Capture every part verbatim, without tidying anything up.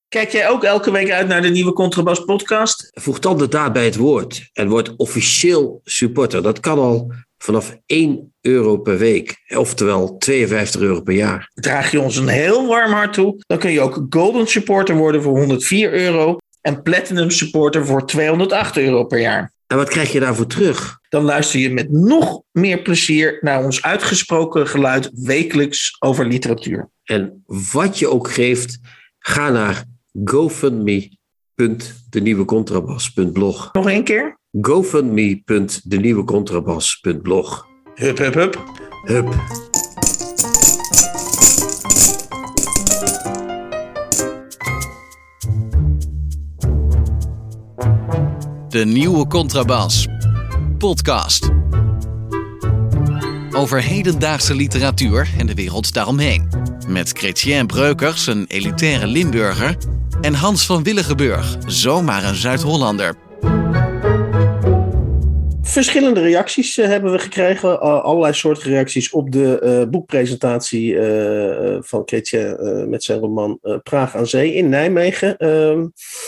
Kijk jij ook elke week uit naar de nieuwe Contrabas podcast? Voeg dan de daad bij het woord en word officieel supporter. Dat kan al vanaf één euro per week, oftewel tweeënvijftig euro per jaar. Draag je ons een heel warm hart toe, dan kun je ook Golden Supporter worden voor honderdvier euro en Platinum Supporter voor tweehonderdacht euro per jaar. En wat krijg je daarvoor terug? Dan luister je met nog meer plezier naar ons uitgesproken geluid wekelijks over literatuur. En wat je ook geeft, ga naar GoFundMe punt de nieuwe contrabas punt blog. Nog één keer? GoFundMe punt de nieuwe contrabas punt blog. Hup, hup, hup. Hup. De Nieuwe Contrabas podcast. Over hedendaagse literatuur en de wereld daaromheen. Met Chrétien Breukers, een elitaire Limburger, en Hans van Willigenburg, zomaar een Zuid-Hollander. Verschillende reacties uh, hebben we gekregen. Uh, allerlei soorten reacties op de uh, boekpresentatie uh, van Chrétien uh, met zijn roman uh, Praag aan Zee in Nijmegen. Uh,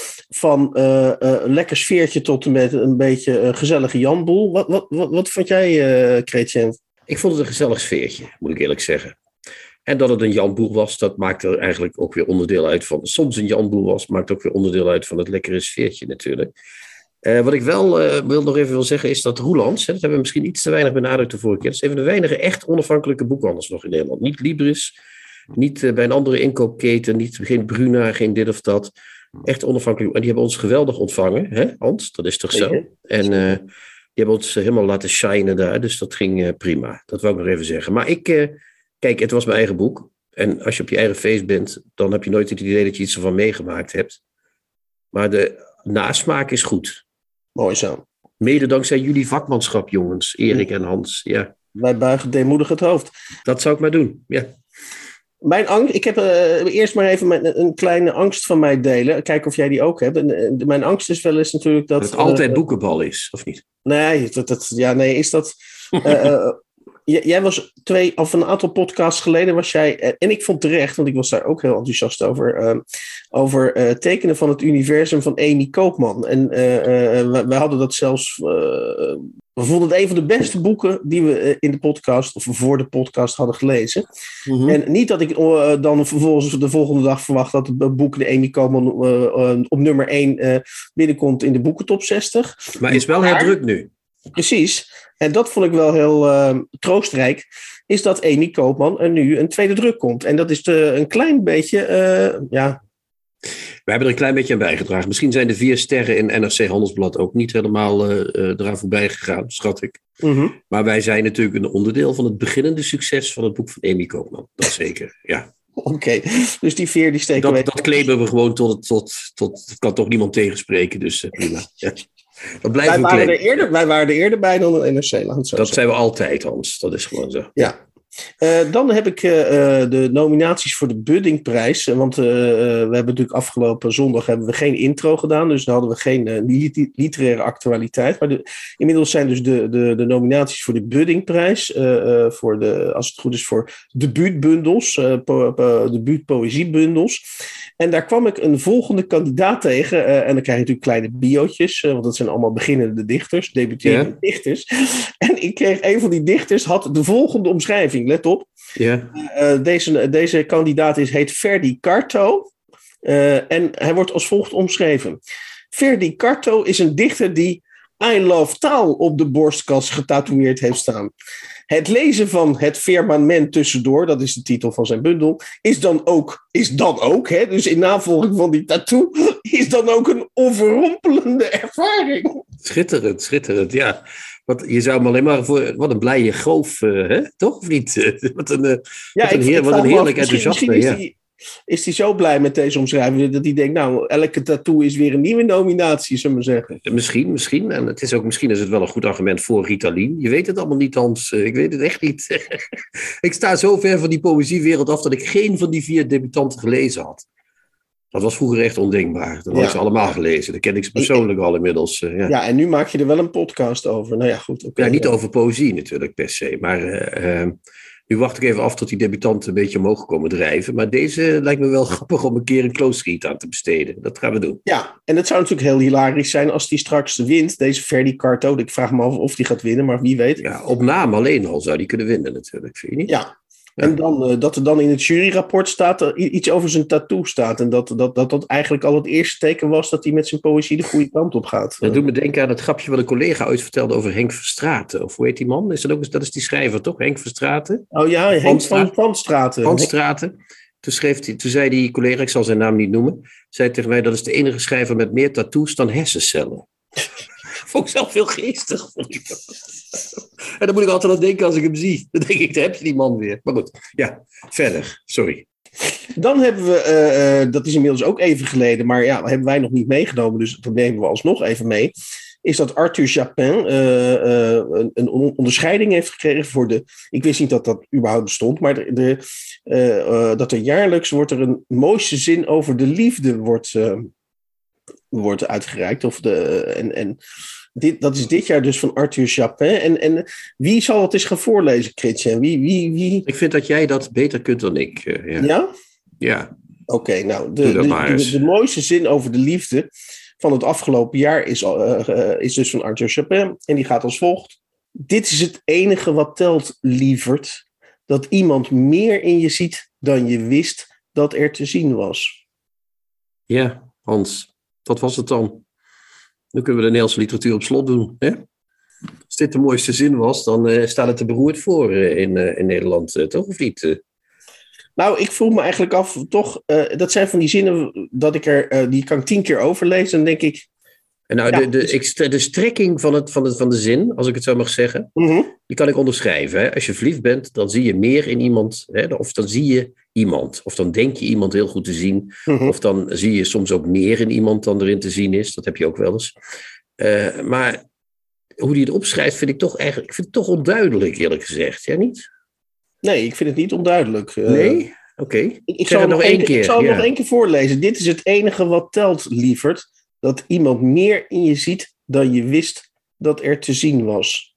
van uh, uh, een lekker sfeertje tot en met een beetje een gezellige Janboel. Wat, wat, wat, wat vond jij, uh, Chrétien? Ik vond het een gezellig sfeertje, moet ik eerlijk zeggen. En dat het een Janboel was, dat maakt er eigenlijk ook weer onderdeel uit van. Soms een Janboel was, maakt ook weer onderdeel uit van het lekkere sfeertje natuurlijk. Uh, wat ik wel uh, wil nog even wil zeggen is dat Roelands, hè, dat hebben we misschien iets te weinig benadrukt de vorige keer, dat is een van de weinige echt onafhankelijke boekhandels nog in Nederland. Niet Libris, niet uh, bij een andere inkoopketen, niet, geen Bruna, geen dit of dat. Echt onafhankelijk. En die hebben ons geweldig ontvangen, hè, Hans? Dat is toch zo? Ja. En uh, die hebben ons helemaal laten shinen daar, dus dat ging uh, prima. Dat wou ik nog even zeggen. Maar ik, uh, kijk, het was mijn eigen boek. En als je op je eigen feest bent, dan heb je nooit het idee dat je iets ervan meegemaakt hebt. Maar de nasmaak is goed. Mooi zo. Mede dankzij jullie vakmanschap, jongens. Erik en Hans. Ja. Wij buigen deemoedig het hoofd. Dat zou ik maar doen, ja. Mijn angst, ik heb uh, eerst maar even mijn, een kleine angst van mij delen. Kijken of jij die ook hebt. En, uh, mijn angst is wel eens natuurlijk dat... Dat het altijd uh, boekenbal is, of niet? Nee, dat, dat, ja, nee is dat... Uh, uh, j- jij was twee, of een aantal podcasts geleden was jij... Uh, en ik vond terecht, want ik was daar ook heel enthousiast over... Uh, over uh, tekenen van het universum van Amy Koopman. En uh, uh, we, we hadden dat zelfs... Uh, we vonden het een van de beste boeken die we uh, in de podcast... of voor de podcast hadden gelezen. Mm-hmm. En niet dat ik uh, dan vervolgens de volgende dag verwacht... dat het boek de Amy Koopman uh, uh, op nummer één uh, binnenkomt in de boekentop zestig. Maar is wel herdrukt nu. Precies. En dat vond ik wel heel uh, troostrijk. Is dat Amy Koopman er nu een tweede druk komt. En dat is de, een klein beetje... Uh, ja... We hebben er een klein beetje aan bijgedragen. Misschien zijn de vier sterren in N R C Handelsblad ook niet helemaal uh, eraan voorbij gegaan, schat ik. Mm-hmm. Maar wij zijn natuurlijk een onderdeel van het beginnende succes van het boek van Amy Koopman. Dat zeker, ja. Oké, okay. Dus die veer die steken dat, wij... Dat claimen we gewoon tot... tot, tot dat kan toch niemand tegenspreken, dus uh, prima. Ja. Dat blijven wij, we waren er eerder, wij waren er eerder bij dan de N R C. Dat zeggen. zijn we altijd, Hans. Dat is gewoon zo. Ja. Uh, dan heb ik uh, de nominaties voor de Buddingprijs. Want uh, we hebben natuurlijk afgelopen zondag hebben we geen intro gedaan. Dus dan hadden we geen uh, literaire actualiteit. Maar de, inmiddels zijn dus de, de, de nominaties voor de Buddingprijs. Uh, uh, voor de, als het goed is voor debuutbundels. Uh, po, po, debuutpoëziebundels. En daar kwam ik een volgende kandidaat tegen. Uh, en dan krijg je natuurlijk kleine biootjes. Uh, want dat zijn allemaal beginnende dichters. Debuterende ja. dichters. En ik kreeg een van die dichters had de volgende omschrijving. Let op. Ja. Uh, deze, deze kandidaat is, heet Ferdi Carto. Uh, en hij wordt als volgt omschreven. Ferdi Carto is een dichter die I love taal op de borstkas getatoeëerd heeft staan. Het lezen van het firmament tussendoor, dat is de titel van zijn bundel, is dan ook, is dan ook hè, dus in navolging van die tattoo, is dan ook een overrompelende ervaring. Schitterend, schitterend, ja. Wat, je zou hem alleen maar voor... Wat een blije goof, uh, hè? Toch? Of niet? wat een, uh, ja, wat een, heer, wat een heerlijk enthousiasme. Is ja. die, is hij zo blij met deze omschrijving dat hij denkt, nou, elke tattoo is weer een nieuwe nominatie, zullen we zeggen. Misschien, misschien. En het is ook, misschien is het wel een goed argument voor Ritalin. Je weet het allemaal niet, Hans. Ik weet het echt niet. Ik sta zo ver van die poëziewereld af dat ik geen van die vier debutanten gelezen had. Dat was vroeger echt ondenkbaar. Dat had ja. ik ze allemaal gelezen. Dat ken ik ze persoonlijk al inmiddels. Uh, ja. ja, en nu maak je er wel een podcast over. Nou ja, goed. Okay, ja, niet ja. over poëzie natuurlijk per se. Maar uh, uh, Nu wacht ik even af tot die debutanten een beetje omhoog komen drijven. Maar deze lijkt me wel grappig om een keer een close read aan te besteden. Dat gaan we doen. Ja, en het zou natuurlijk heel hilarisch zijn als die straks wint. Deze Ferdy Carto. Ik vraag me af of die gaat winnen, maar wie weet. Ja, op naam alleen al zou die kunnen winnen natuurlijk, vind je niet? Ja. En dan, uh, dat er dan in het juryrapport staat, uh, iets over zijn tattoo staat. En dat dat, dat dat eigenlijk al het eerste teken was dat hij met zijn poëzie de goede kant op gaat. Dat doet me denken aan het grapje wat een collega ooit vertelde over Henk Verstraeten. Of hoe heet die man? Is dat, ook, dat is die schrijver, toch? Henk Verstraeten? Oh ja, Henk van Van Straten. Van Straten. Toen, schreef hij, toen zei die collega, ik zal zijn naam niet noemen, zei tegen mij, dat is de enige schrijver met meer tattoos dan hersencellen. Vond ik zelf veel geestig. En dan moet ik altijd aan denken als ik hem zie. Dan denk ik, daar heb je die man weer. Maar goed, ja, verder. Sorry. Dan hebben we, uh, uh, dat is inmiddels ook even geleden, maar ja, hebben wij nog niet meegenomen, dus dat nemen we alsnog even mee. Is dat Arthur Japin uh, uh, een, een onderscheiding heeft gekregen voor de. Ik wist niet dat dat überhaupt bestond, maar de, de, uh, uh, dat er jaarlijks wordt er een mooiste zin over de liefde wordt, uh, wordt uitgereikt. Of de, en, en dit, dat is dit jaar dus van Arthur Japin. En, en wie zal het eens gaan voorlezen, Chrétien? Wie, wie, wie? Ik vind dat jij dat beter kunt dan ik. Uh, ja? Ja? Ja. Oké, okay, nou, de, de, de, de mooiste zin over de liefde van het afgelopen jaar is, uh, uh, is dus van Arthur Japin. En die gaat als volgt. Dit is het enige wat telt, lieverd. Dat iemand meer in je ziet dan je wist dat er te zien was. Ja, Hans. Wat was het dan? Nu kunnen we de Nederlandse literatuur op slot doen. Hè? Als dit de mooiste zin was, dan uh, staat het er beroerd voor uh, in, uh, in Nederland, uh, toch? Of niet? Uh? Nou, ik vroeg me eigenlijk af, toch, uh, dat zijn van die zinnen dat ik er, uh, die kan ik tien keer overlezen. En dan denk ik. En nou, ja, de, de, ik, de strekking van, het, van, het, van de zin, als ik het zo mag zeggen, uh-huh. die kan ik onderschrijven. Hè? Als je verliefd bent, dan zie je meer in iemand. Hè? Of dan zie je iemand. Of dan denk je iemand heel goed te zien. Uh-huh. Of dan zie je soms ook meer in iemand dan erin te zien is. Dat heb je ook wel eens. Uh, maar hoe die het opschrijft, vind ik toch eigenlijk ik vind het toch onduidelijk, eerlijk gezegd. Ja, niet? Nee, ik vind het niet onduidelijk. Uh, nee? Oké. Okay. Ik, ik zal het nog één keer, ik zal het ja. nog één keer voorlezen. Dit is het enige wat telt, lieverd. Dat iemand meer in je ziet dan je wist dat er te zien was.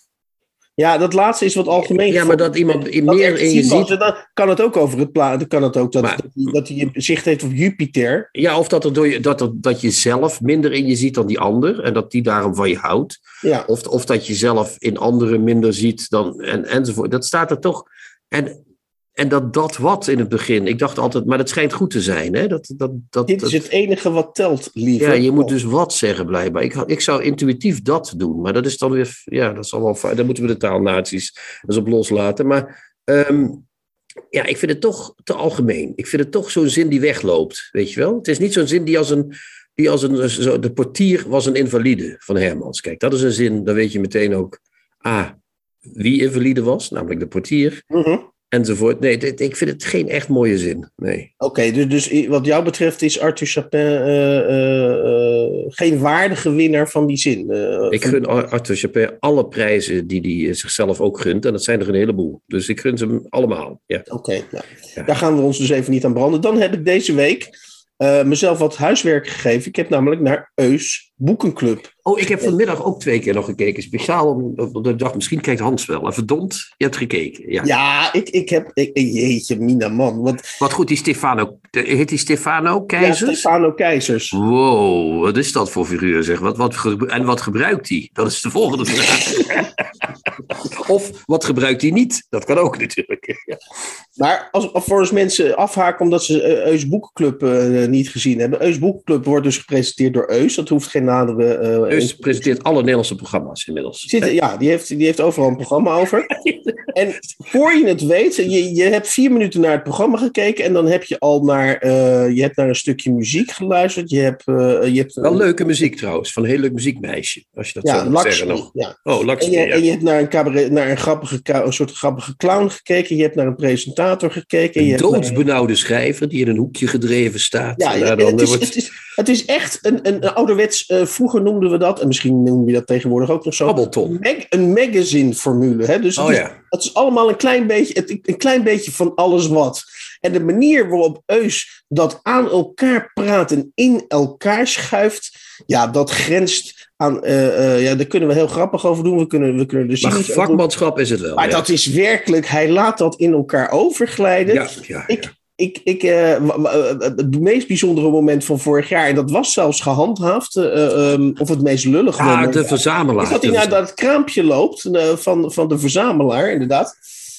Ja, dat laatste is wat algemeen. Ja, maar dat iemand dat meer in je was, ziet. Dan kan het ook over het plaat. Dan kan het ook dat, maar, dat, hij, dat hij zicht heeft op Jupiter. Ja, of dat, er door je, dat, er, dat je zelf minder in je ziet dan die ander. En dat die daarom van je houdt. Ja. Of, of dat je zelf in anderen minder ziet dan. En, enzovoort. Dat staat er toch. En. En dat dat wat in het begin. Ik dacht altijd, maar dat schijnt goed te zijn. Hè? Dat, dat, dat, Dit is dat, het enige wat telt, lieve. Ja, je moet dus wat zeggen blijkbaar. Ik, ik zou intuïtief dat doen. Maar dat is dan weer... Ja, dat is allemaal... Daar moeten we de taalnaties eens op loslaten. Maar um, ja, ik vind het toch te algemeen. Ik vind het toch zo'n zin die wegloopt. Weet je wel? Het is niet zo'n zin die als een... Die als een zo, de portier was een invalide van Hermans. Kijk, dat is een zin, dan weet je meteen ook... Ah, wie invalide was, namelijk de portier... Mm-hmm. Enzovoort. Nee, dit, ik vind het geen echt mooie zin. Nee. Oké, okay, dus, dus wat jou betreft is Arthur Japin uh, uh, uh, geen waardige winnaar van die zin. Uh, ik gun Arthur Japin alle prijzen die hij zichzelf ook gunt. En dat zijn er een heleboel. Dus ik gun ze hem allemaal. Ja. Oké, okay, ja. ja. Daar gaan we ons dus even niet aan branden. Dan heb ik deze week uh, mezelf wat huiswerk gegeven. Ik heb namelijk naar Eus Boekenclub. Oh, ik heb vanmiddag ook twee keer nog gekeken. Speciaal om, om de dag, misschien kijkt Hans wel. En verdomd, je hebt gekeken. Ja, ja ik, ik heb... Ik, jeetje, mina man. Wat, wat goed, die Stefano... Heet die Stefano Keizers? Ja, Stefano Keizers. Wow, wat is dat voor figuur, zeg. Wat, wat, en wat gebruikt hij? Dat is de volgende vraag. Of, wat gebruikt hij niet? Dat kan ook natuurlijk. Ja. Maar als, als voor eens mensen afhaken omdat ze uh, Eus Boekenclub uh, niet gezien hebben. Eus Boekenclub wordt dus gepresenteerd door Eus. Dat hoeft geen nadere... Uh, Eus presenteert alle Nederlandse programma's inmiddels. Zit, ja, die heeft, die heeft overal een programma over. En voor je het weet, je, je hebt vier minuten naar het programma gekeken en dan heb je al naar, uh, je hebt naar een stukje muziek geluisterd. Je hebt, uh, je hebt, Wel leuke muziek trouwens, van een heel leuk muziekmeisje, als je dat ja, zo mag Lakshmi, zeggen nog. Ja. Oh, Lakshmi, en, je, ja. en je hebt naar een, cabaret, naar een, grappige, een soort grappige clown gekeken. Je hebt naar een presentator gekeken. Een je doodsbenauwde naar... schrijver die in een hoekje gedreven staat. Ja, ja dan, het, is, wordt... het, is, het is echt een, een, een ouderwets, uh, vroeger noemden we dat, en misschien noemen we dat tegenwoordig ook nog zo. Babbelton. Mag, een magazine-formule. Hè? Dus het, oh, is, ja. het is allemaal een klein beetje, het, een klein beetje van alles wat. En de manier waarop Eus dat aan elkaar praat en in elkaar schuift, ja, dat grenst aan, uh, uh, ja, daar kunnen we heel grappig over doen. We kunnen, we kunnen er maar vakmanschap is het wel. Maar ja. dat is werkelijk, hij laat dat in elkaar overglijden. Ja, ja, ja. Ik, ik, ik, uh, het meest bijzondere moment van vorig jaar, en dat was zelfs gehandhaafd, uh, um, of het meest lullige ah, moment. de verzamelaar. Is dat hij naar dat kraampje loopt uh, van, van de verzamelaar, inderdaad.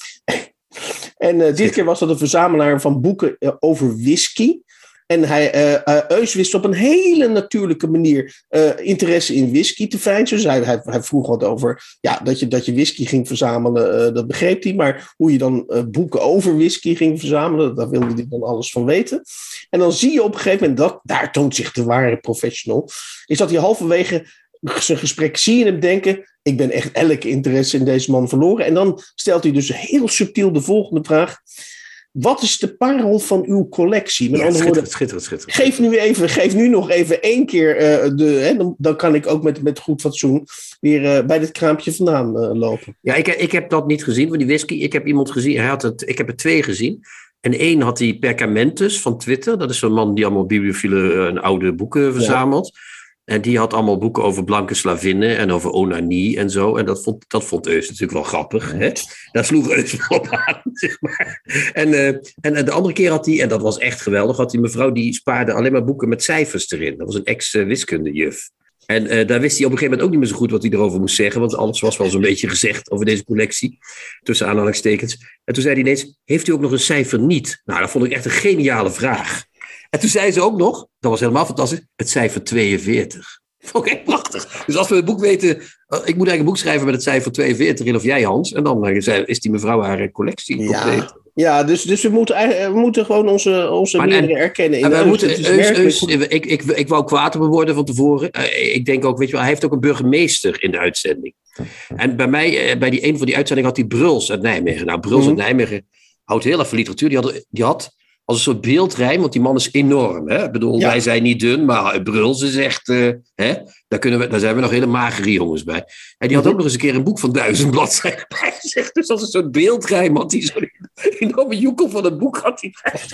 En uh, dit keer was dat een verzamelaar van boeken uh, over whisky. En hij, uh, uh, Eus wist op een hele natuurlijke manier uh, interesse in whisky te veinzen. Dus hij, hij, hij vroeg wat over ja, dat, je, dat je whisky ging verzamelen, uh, dat begreep hij. Maar hoe je dan uh, boeken over whisky ging verzamelen, daar wilde hij dan alles van weten. En dan zie je op een gegeven moment, dat, daar toont zich de ware professional, is dat hij halverwege zijn gesprek zie je hem denken, ik ben echt elke interesse in deze man verloren. En dan stelt hij dus heel subtiel de volgende vraag. Wat is de parel van uw collectie? Met ja, andere schitterend, woorden, schitterend, schitterend. Geef nu, even, geef nu nog even één keer, uh, de, hè, dan, dan kan ik ook met, met goed fatsoen weer uh, bij dit kraampje vandaan uh, lopen. Ja, ik, ik heb dat niet gezien van die whisky. Ik heb iemand gezien, hij had het, ik heb er twee gezien. En één had die Perkamentus van Twitter. Dat is zo'n man die allemaal bibliophile en oude boeken verzamelt. Ja. En die had allemaal boeken over blanke slavinnen en over onanie en zo. En dat vond, dat vond Eus natuurlijk wel grappig. Hè? Daar sloeg Eus wel op aan, zeg maar. En, uh, en de andere keer had hij, en dat was echt geweldig, had die mevrouw die spaarde alleen maar boeken met cijfers erin. Dat was een ex-wiskundejuf. En uh, daar wist hij op een gegeven moment ook niet meer zo goed wat hij erover moest zeggen. Want alles was wel zo'n beetje gezegd over deze collectie. Tussen aanhalingstekens. En toen zei hij ineens, heeft u ook nog een cijfer niet? Nou, dat vond ik echt een geniale vraag. En toen zei ze ook nog, dat was helemaal fantastisch, het cijfer tweeënveertig. Vond ik echt prachtig. Dus als we het boek weten, ik moet eigenlijk een boek schrijven met het cijfer tweeënveertig in, of jij Hans, en dan is die mevrouw haar collectie compleet. Ja, ja dus, dus we, moeten, we moeten gewoon onze, onze maar, meerdere erkennen. In en de wij moeten, Eus, Eus, Eus, ik, ik, ik wou kwaad op hem worden van tevoren. Uh, ik denk ook, weet je wel, hij heeft ook een burgemeester in de uitzending. En bij mij, bij die, een van die uitzendingen had hij Bruls uit Nijmegen. Nou, Bruls mm-hmm. uit Nijmegen houdt heel erg van literatuur. Die had... Die had als een soort beeldrijm, want die man is enorm. Hè? Ik bedoel, ja. Wij zijn niet dun, maar Bruls is echt... Uh, hè? Daar, kunnen we, daar zijn we nog hele magere jongens bij. En die had ook nog eens een keer een boek van duizend bladzijden bijgezegd. Dus als een soort beeldrijm had hij zo'n enorme joekel van het boek. Had hij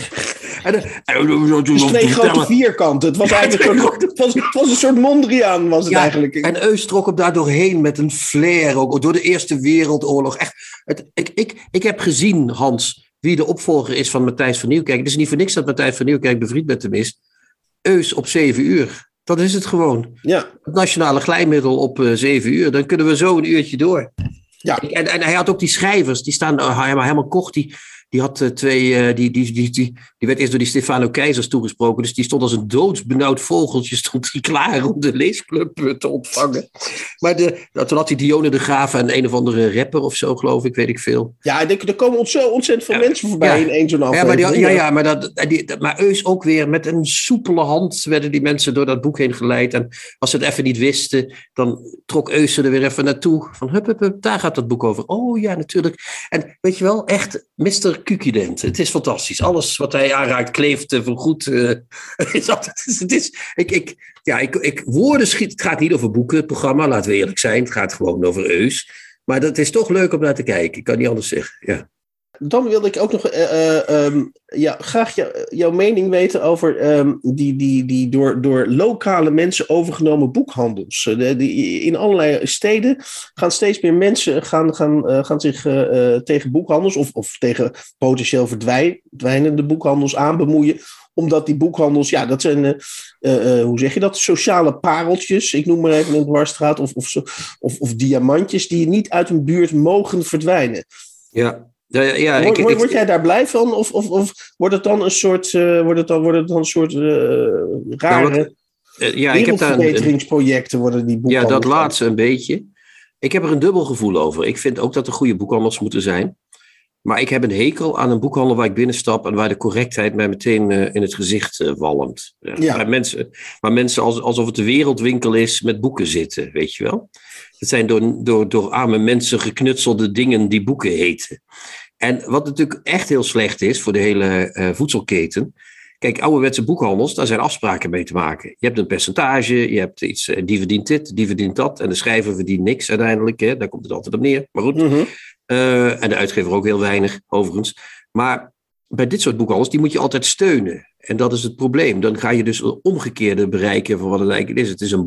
en, en, dus twee grote vierkanten. Het was ja, eigenlijk een soort, het was, het was een soort Mondriaan, was het ja, eigenlijk. En Eus trok hem daar doorheen met een flair, ook door de Eerste Wereldoorlog. Echt, het, ik, ik, ik heb gezien, Hans... wie de opvolger is van Matthijs van Nieuwkerk. Het is niet voor niks dat Matthijs van Nieuwkerk bevriend met hem is. Eus op zeven uur. Dat is het gewoon. Ja. Het nationale glijmiddel op uh, zeven uur. Dan kunnen we zo een uurtje door. Ja. En, en hij had ook die schrijvers. Die staan, uh, helemaal Koch, die, die had uh, twee... Uh, die, die, die, die, die werd eerst door die Stefano Keizers toegesproken. Dus die stond als een doodsbenauwd vogeltje. Stond hij klaar om de leesclub uh, te ontvangen. Maar de, toen had hij Dione de Graaf en een of andere rapper of zo, geloof ik. Weet ik veel. Ja, er komen zo ontzettend veel ja, mensen voorbij ja, in één zo'n aflevering. Ja, maar, die, ja, ja, maar, dat, die, maar Eus ook weer met een soepele hand werden die mensen door dat boek heen geleid. En als ze het even niet wisten, dan trok Eus er weer even naartoe. Van hup, hup, hup, daar gaat dat boek over. Oh ja, natuurlijk. En weet je wel, echt mister Kukident. Het is fantastisch. Alles wat hij aanraakt kleeft uh, voorgoed. Uh, het is altijd, het is, ik, ik, ja, ik, ik, woorden schiet. Het gaat niet over boeken, het programma, laten we eerlijk zijn. Het gaat gewoon over Eus. Maar dat is toch leuk om naar te kijken. Ik kan niet anders zeggen. Ja. Dan wilde ik ook nog uh, uh, um, ja, graag jou, jouw mening weten over um, die, die, die door, door lokale mensen overgenomen boekhandels. Uh, die, in allerlei steden gaan steeds meer mensen gaan, gaan, uh, gaan zich uh, uh, tegen boekhandels of, of tegen potentieel verdwijnende boekhandels aan bemoeien. Omdat die boekhandels, ja, dat zijn, uh, uh, hoe zeg je dat, sociale pareltjes, ik noem maar even een dwarsstraat, of, of, of, of diamantjes die niet uit een buurt mogen verdwijnen. Ja. Ja, ja, ja, word, ik, word, ik, word jij daar blij van? Of, of, of wordt het dan een soort, uh, wordt het dan, wordt het dan een soort uh, rare nou, wat, uh, ja, wereldverbeteringsprojecten worden die boekhandels? Ja, dat laatste een beetje. Ik heb er een dubbel gevoel over. Ik vind ook dat er goede boekhandels moeten zijn. Maar ik heb een hekel aan een boekhandel waar ik binnenstap en waar de correctheid mij meteen uh, in het gezicht uh, walmt. Uh, ja. Waar mensen, waar mensen als, alsof het de wereldwinkel is met boeken zitten, weet je wel. Het zijn door, door, door arme mensen geknutselde dingen die boeken heten. En wat natuurlijk echt heel slecht is voor de hele uh, voedselketen. Kijk, ouderwetse boekhandels, daar zijn afspraken mee te maken. Je hebt een percentage, je hebt iets, uh, die verdient dit, die verdient dat. En de schrijver verdient niks uiteindelijk, hè? Daar komt het altijd op neer. Maar goed, mm-hmm. uh, en de uitgever ook heel weinig, overigens. Maar bij dit soort boekhandels, die moet je altijd steunen. En dat is het probleem. Dan ga je dus een omgekeerde bereiken van wat het eigenlijk is. Het is een boek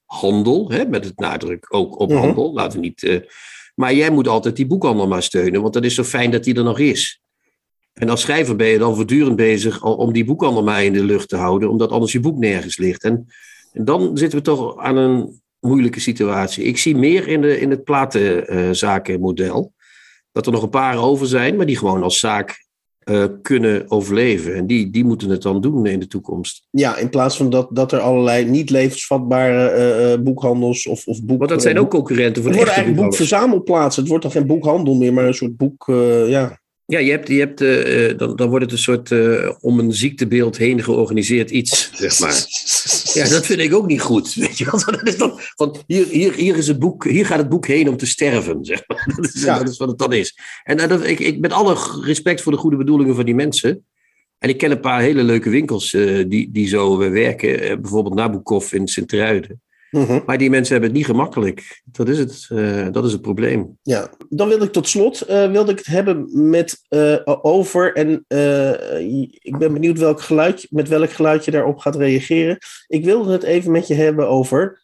handel, hè, met het nadruk ook op Mhm. handel. Laten we niet, uh, maar jij moet altijd die boekhandel maar steunen, want dat is zo fijn dat die er nog is. En als schrijver ben je dan voortdurend bezig om die boekhandel maar in de lucht te houden, omdat anders je boek nergens ligt. En, en dan zitten we toch aan een moeilijke situatie. Ik zie meer in, de, in het platenzakenmodel, dat er nog een paar over zijn, maar die gewoon als zaak uh, kunnen overleven. En die, die moeten het dan doen in de toekomst. Ja, in plaats van dat, dat er allerlei niet levensvatbare uh, boekhandels of, of boek... Want dat zijn ook concurrenten voor de echte echte boekhandels. Het worden eigenlijk boekverzamelplaatsen. Het wordt dan geen boekhandel meer, maar een soort boek... Uh, ja. Ja, je hebt, je hebt, uh, dan, dan wordt het een soort uh, om een ziektebeeld heen georganiseerd iets, zeg maar. Ja, dat vind ik ook niet goed, weet je wel. Dat is dan van, hier, hier, hier, is het boek, hier gaat het boek heen om te sterven, zeg maar. Dat is, ja. dat is wat het dan is. En uh, dat, ik, ik, met alle respect voor de goede bedoelingen van die mensen. En ik ken een paar hele leuke winkels uh, die, die zo uh, werken. Uh, bijvoorbeeld Nabokov in Sint-Truiden. Uh-huh. Maar die mensen hebben het niet gemakkelijk. Dat is het, uh, dat is het probleem. Ja, dan wilde ik tot slot uh, wilde ik het hebben met, uh, over. En uh, ik ben benieuwd welk geluid, met welk geluid je daarop gaat reageren. Ik wilde het even met je hebben over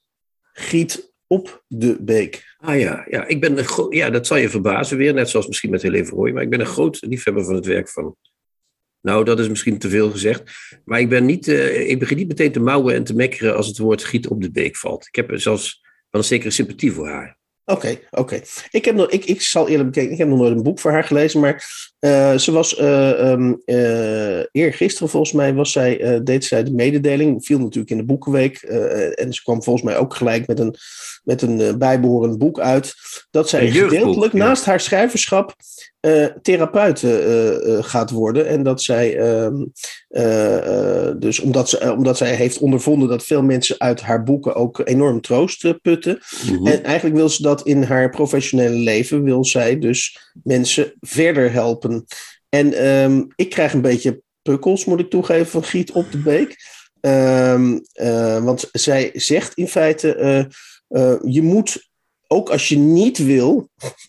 Giet op de Beek. Ah ja, ja, ik ben een gro- ja, dat zal je verbazen weer. Net zoals misschien met Helene Verhooy. Maar ik ben een groot liefhebber van het werk van... Nou, dat is misschien te veel gezegd. Maar ik, ben niet, uh, ik begin niet meteen te mouwen en te mekkeren als het woord Giet op de Beek valt. Ik heb zelfs wel een zekere sympathie voor haar. Oké, okay, oké. Okay. Ik, heb nog, ik, ik zal eerlijk bekijken, ik heb nog nooit een boek voor haar gelezen, maar uh, ze was uh, um, uh, eergisteren volgens mij was zij, uh, deed zij de mededeling, viel natuurlijk in de Boekenweek uh, en ze kwam volgens mij ook gelijk met een, met een uh, bijbehorend boek uit, dat zij gedeeltelijk ja. naast haar schrijverschap uh, therapeut uh, uh, gaat worden en dat zij, uh, uh, uh, dus omdat, ze, uh, omdat zij heeft ondervonden dat veel mensen uit haar boeken ook enorm troost uh, putten mm-hmm. en eigenlijk wil ze dat in haar professionele leven wil zij dus mensen verder helpen. En um, ik krijg een beetje pukkels, moet ik toegeven, van Giet op de Beek. Um, uh, want zij zegt in feite, uh, uh, je moet, ook als je niet wil,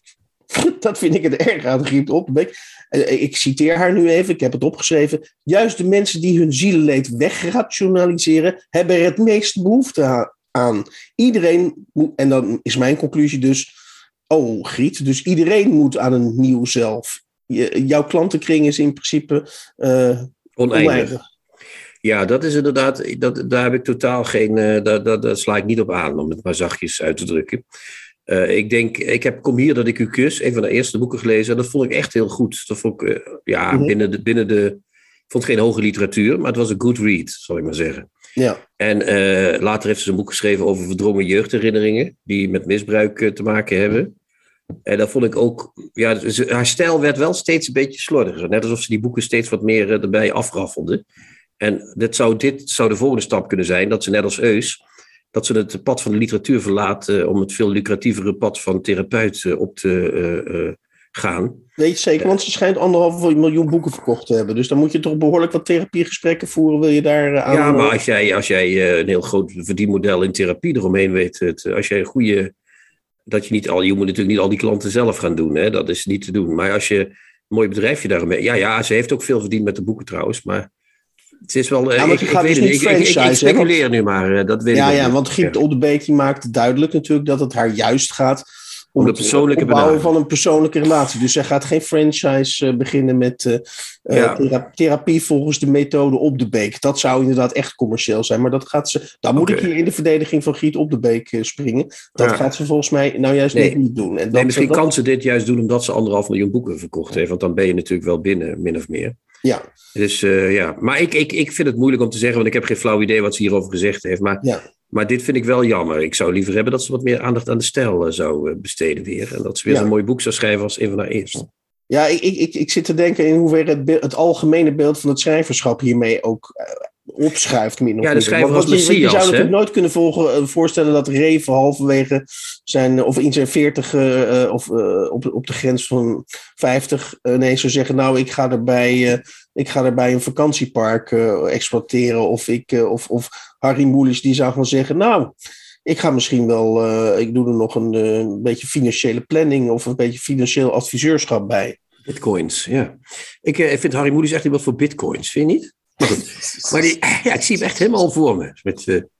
dat vind ik het erg aan Giet op de Beek. Uh, ik citeer haar nu even, ik heb het opgeschreven. Juist de mensen die hun zielenleed wegrationaliseren, hebben er het meest behoefte aan. aan. Iedereen moet, en dan is mijn conclusie dus, oh Giet, dus iedereen moet aan een nieuw zelf. Je, jouw klantenkring is in principe uh, oneindig. oneindig. Ja, dat is inderdaad, dat, daar heb ik totaal geen, uh, daar, daar, daar sla ik niet op aan, om het maar zachtjes uit te drukken. Uh, ik denk, ik heb Kom hier dat ik u kus, een van de eerste boeken gelezen, en dat vond ik echt heel goed. Dat vond ik, uh, ja, mm-hmm. binnen de, binnen de, ik vond het geen hoge literatuur, maar het was een good read, zal ik maar zeggen. Ja. En uh, later heeft ze een boek geschreven over verdrongen jeugdherinneringen, die met misbruik uh, te maken hebben. En dat vond ik ook, ja, ze, haar stijl werd wel steeds een beetje slordiger. Net alsof ze die boeken steeds wat meer uh, erbij afraffelde. En dit zou, dit zou de volgende stap kunnen zijn, dat ze net als Eus, dat ze het pad van de literatuur verlaat uh, om het veel lucratievere pad van therapeut uh, op te uh, uh, gaan. Weet je zeker, want ze schijnt anderhalf miljoen boeken verkocht te hebben. Dus dan moet je toch behoorlijk wat therapiegesprekken voeren, wil je daar uh, aan... Ja, maar als jij, als jij uh, een heel groot verdienmodel in therapie eromheen weet, het, als jij een goede... Dat je niet al, je moet natuurlijk niet al die klanten zelf gaan doen, hè? Dat is niet te doen. Maar als je een mooi bedrijfje daarmee... Ja, ja, ze heeft ook veel verdiend met de boeken trouwens, maar... Het is wel... Ja, ik, ik, weet dus het, ik, ik, ik speculeer want, nu maar, dat weet ja, ik Ja, niet. want Giet op de Beek die maakt duidelijk natuurlijk dat het haar juist gaat... om, om de het persoonlijke opbouwen van een persoonlijke relatie. Dus zij gaat geen franchise uh, beginnen met uh, ja. thera- therapie volgens de methode op de Beek. Dat zou inderdaad echt commercieel zijn. Maar dat gaat ze... Dan moet okay. ik hier in de verdediging van Giet op de Beek uh, springen. Dat ja. gaat ze volgens mij nou juist nee. niet doen. En nee, dat, misschien dat... kan ze dit juist doen omdat ze anderhalf miljoen boeken verkocht heeft. Want dan ben je natuurlijk wel binnen, min of meer. Ja. Dus uh, ja, maar ik, ik, ik vind het moeilijk om te zeggen, want ik heb geen flauw idee wat ze hierover gezegd heeft. Maar, ja. maar dit vind ik wel jammer. Ik zou liever hebben dat ze wat meer aandacht aan de stijl uh, zou uh, besteden weer. En dat ze weer ja. zo'n mooi boek zou schrijven als een van haar eerste. Ja, ik, ik, ik zit te denken in hoeverre het, be- het algemene beeld van het schrijverschap hiermee ook uh, opschuift. Min of ja, de schrijver als je, Messias. Je zou natuurlijk hè? nooit kunnen volgen, uh, voorstellen dat Reven halverwege zijn, of in zijn veertig uh, of uh, op, op de grens van vijftig uh, ineens zou zeggen, nou, ik ga er bij, uh, ik ga er bij een vakantiepark uh, exploiteren. Of, ik, uh, of, of Harry Mulisch die zou gaan zeggen, nou, ik ga misschien wel, uh, ik doe er nog een, uh, een beetje financiële planning of een beetje financieel adviseurschap bij. Bitcoins, ja. Ik uh, vind Harry Mulisch echt iemand voor bitcoins, vind je niet? Maar, goed. maar die, ja, ik zie hem echt helemaal voor me. Met uh,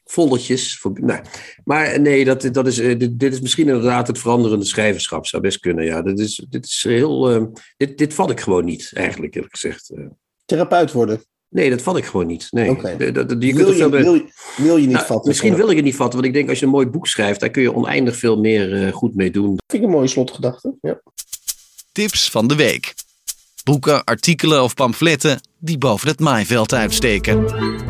volletjes. Voor, nou, maar nee, dat, dat is, dit, dit is misschien inderdaad het veranderende schrijverschap. Zou best kunnen, ja. Dit is, dit is heel... Uh, dit, dit vat ik gewoon niet, eigenlijk, eerlijk gezegd. Uh. Therapeut worden? Nee, dat vat ik gewoon niet. Nee. Okay. De, de, de, je wil, je, bij... wil, je, wil je niet nou, vatten? Misschien wil ik het niet vatten, want ik denk als je een mooi boek schrijft, daar kun je oneindig veel meer uh, goed mee doen. Dat vind ik een mooie slotgedachte, ja. Tips van de week. Boeken, artikelen of pamfletten die boven het maaiveld uitsteken.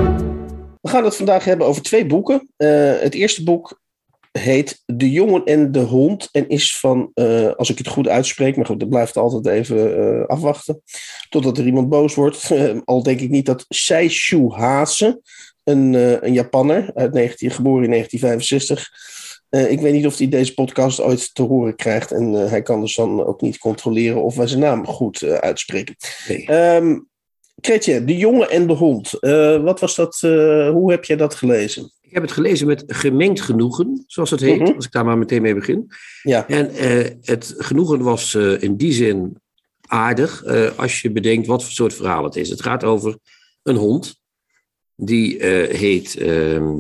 We gaan het vandaag hebben over twee boeken. Uh, het eerste boek heet De Jongen en de Hond en is van, uh, als ik het goed uitspreek, maar goed, dat blijft altijd even uh, afwachten, totdat er iemand boos wordt. Uh, al denk ik niet dat Seishu Hase, een, uh, een Japanner, uit negentien, geboren in negentien vijfenzestig, uh, ik weet niet of hij deze podcast ooit te horen krijgt en uh, hij kan dus dan ook niet controleren of wij zijn naam goed uh, uitspreken. Nee. Um, Kretje, De Jongen en de Hond. Uh, wat was dat? Uh, hoe heb jij dat gelezen? Ik heb het gelezen met gemengd genoegen, zoals het heet, mm-hmm. als ik daar maar meteen mee begin. Ja. En uh, het genoegen was uh, in die zin aardig, uh, als je bedenkt wat voor soort verhaal het is. Het gaat over een hond, die uh, heet... Uh,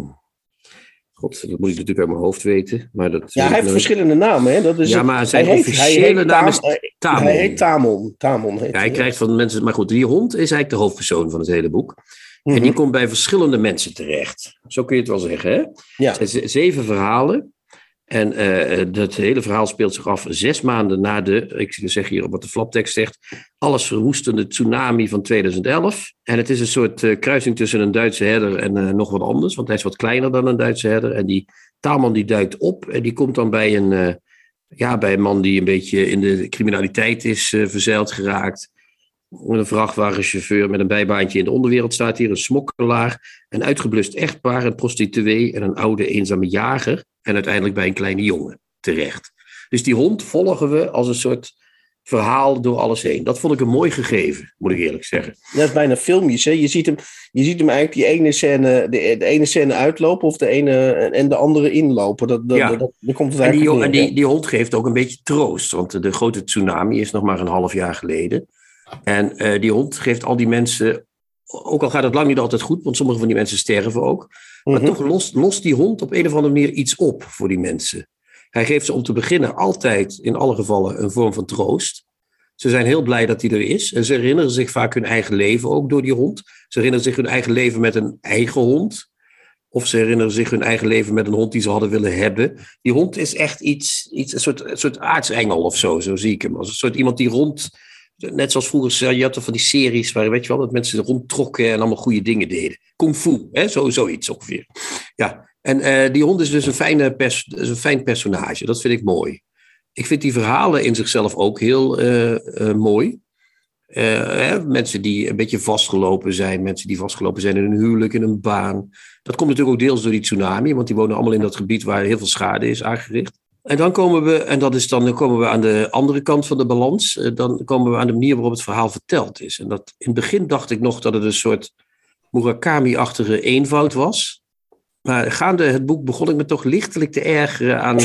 God, dat moet ik natuurlijk uit mijn hoofd weten. Maar dat, ja, hij heeft verschillende namen. Hè? Dat is ja, maar zijn officiële naam is Tamon. Hij heet Tamon. Tamon heet ja, hij krijgt van mensen... Maar goed, die hond is eigenlijk de hoofdpersoon van het hele boek. Mm-hmm. En die komt bij verschillende mensen terecht. Zo kun je het wel zeggen, hè? Ja. Het zijn zeven verhalen. En uh, dat hele verhaal speelt zich af zes maanden na de... Ik zeg hier op wat de flaptekst zegt... alles verwoestende tsunami van tweeduizend elf. En het is een soort uh, kruising tussen een Duitse herder en uh, nog wat anders. Want hij is wat kleiner dan een Duitse herder. En die Tamon die duikt op. En die komt dan bij een, uh, ja, bij een man die een beetje in de criminaliteit is uh, verzeild geraakt. Een vrachtwagenchauffeur met een bijbaantje in de onderwereld staat hier. Een smokkelaar, een uitgeblust echtpaar, een prostituee en een oude eenzame jager. En uiteindelijk bij een kleine jongen terecht. Dus die hond volgen we als een soort verhaal door alles heen. Dat vond ik een mooi gegeven, moet ik eerlijk zeggen. Dat is bijna filmisch, hè? Je ziet hem, je ziet hem eigenlijk die ene scène, de, de ene scène uitlopen of de ene en de andere inlopen. Dat, dat, ja. dat, dat komt het en die, neer, en die, die hond geeft ook een beetje troost. Want de grote tsunami is nog maar een half jaar geleden. En uh, die hond geeft al die mensen, ook al gaat het lang niet altijd goed, want sommige van die mensen sterven ook, maar mm-hmm. toch lost, lost die hond op een of andere manier iets op voor die mensen. Hij geeft ze om te beginnen altijd, in alle gevallen, een vorm van troost. Ze zijn heel blij dat hij er is en ze herinneren zich vaak hun eigen leven ook door die hond. Ze herinneren zich hun eigen leven met een eigen hond. Of ze herinneren zich hun eigen leven met een hond die ze hadden willen hebben. Die hond is echt iets, iets een, soort, een soort aartsengel of zo, zo zie ik hem. Als een soort iemand die rond... Net zoals vroeger, je had toch van die series waar, weet je wel, dat mensen rondtrokken en allemaal goede dingen deden. Kung fu, hè? Zo, zoiets ongeveer. Ja, en uh, die hond is dus een, fijne pers- is een fijn personage. Dat vind ik mooi. Ik vind die verhalen in zichzelf ook heel uh, uh, mooi. Uh, hè? Mensen die een beetje vastgelopen zijn. Mensen die vastgelopen zijn in een huwelijk, in een baan. Dat komt natuurlijk ook deels door die tsunami. Want die wonen allemaal in dat gebied waar heel veel schade is aangericht. En dan komen we, en dat is dan, dan komen we aan de andere kant van de balans. Dan komen we aan de manier waarop het verhaal verteld is. En dat, in het begin dacht ik nog dat het een soort Murakami-achtige eenvoud was. Maar gaande het boek begon ik me toch lichtelijk te ergeren aan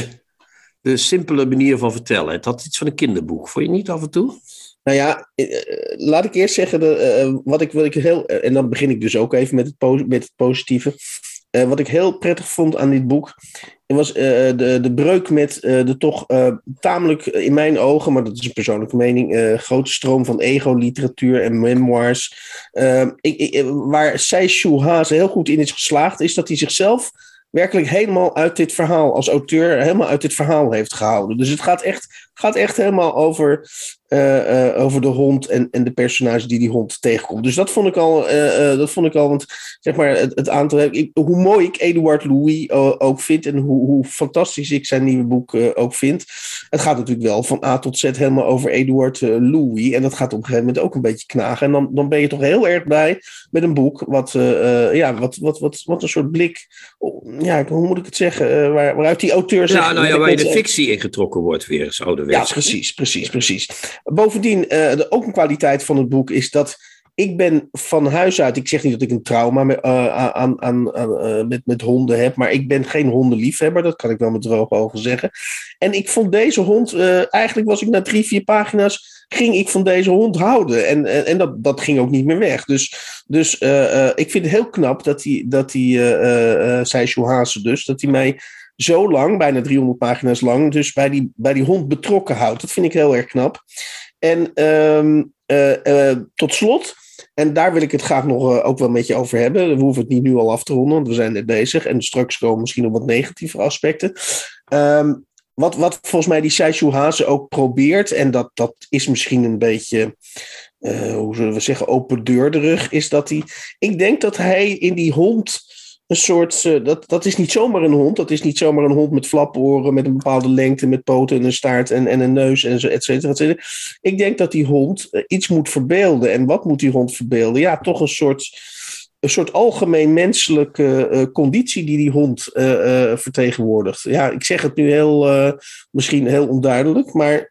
de simpele manier van vertellen. Het had iets van een kinderboek. Vond je niet af en toe? Nou ja, laat ik eerst zeggen, de, uh, wat, ik, wat ik heel... En dan begin ik dus ook even met het, po- met het positieve. Uh, wat ik heel prettig vond aan dit boek... was uh, de, de breuk met uh, de toch uh, tamelijk, in mijn ogen... maar dat is een persoonlijke mening... Uh, grote stroom van ego-literatuur en memoirs. Uh, ik, ik, waar Seishu Hase heel goed in is geslaagd... is dat hij zichzelf... werkelijk helemaal uit dit verhaal, als auteur, helemaal uit dit verhaal heeft gehouden. Dus het gaat echt, gaat echt helemaal over, uh, uh, over de hond en, en de personage die die hond tegenkomt. Dus dat vond ik al, uh, uh, dat vond ik al, want zeg maar, het, het aantal, ik, hoe mooi ik Edouard Louis uh, ook vind en hoe, hoe fantastisch ik zijn nieuwe boek uh, ook vind. Het gaat natuurlijk wel van A tot Z helemaal over Edouard uh, Louis en dat gaat op een gegeven moment ook een beetje knagen. En dan, dan ben je toch heel erg blij met een boek wat, uh, uh, ja, wat, wat, wat, wat een soort blik... Oh, ja, hoe moet ik het zeggen? Uh, waar, waaruit die auteur zegt... Ja, nou ja, waar je de fictie in getrokken wordt weer, is ouderwets. Ja, precies, precies, precies. Bovendien, uh, de, ook een kwaliteit van het boek is dat ik ben van huis uit, ik zeg niet dat ik een trauma met, uh, aan, aan, aan, uh, met, met honden heb, maar ik ben geen hondenliefhebber, dat kan ik wel met droge ogen zeggen. En ik vond deze hond, uh, eigenlijk was ik na drie, vier pagina's, ging ik van deze hond houden. En, en, en dat, dat ging ook niet meer weg. Dus, dus uh, uh, ik vind het heel knap dat die, dat die uh, uh, Seishu Haase dus, dat hij mij zo lang, bijna driehonderd pagina's lang, dus bij die, bij die hond betrokken houdt. Dat vind ik heel erg knap. En um, uh, uh, tot slot, en daar wil ik het graag nog uh, ook wel met je over hebben. We hoeven het niet nu al af te ronden, want we zijn net bezig. En straks komen misschien nog wat negatieve aspecten. Um, wat, wat volgens mij die Seishu Haase ook probeert, en dat, dat is misschien een beetje, uh, hoe zullen we zeggen, opendeurderig, is dat hij, ik denk dat hij in die hond een soort, uh, dat, dat is niet zomaar een hond, dat is niet zomaar een hond met flaporen, met een bepaalde lengte, met poten en een staart en, en een neus en zo, et cetera, et cetera. Ik denk dat die hond uh, iets moet verbeelden. En wat moet die hond verbeelden? Ja, toch een soort, een soort algemeen menselijke uh, conditie die die hond uh, uh, vertegenwoordigt. Ja, ik zeg het nu heel, uh, misschien heel onduidelijk, maar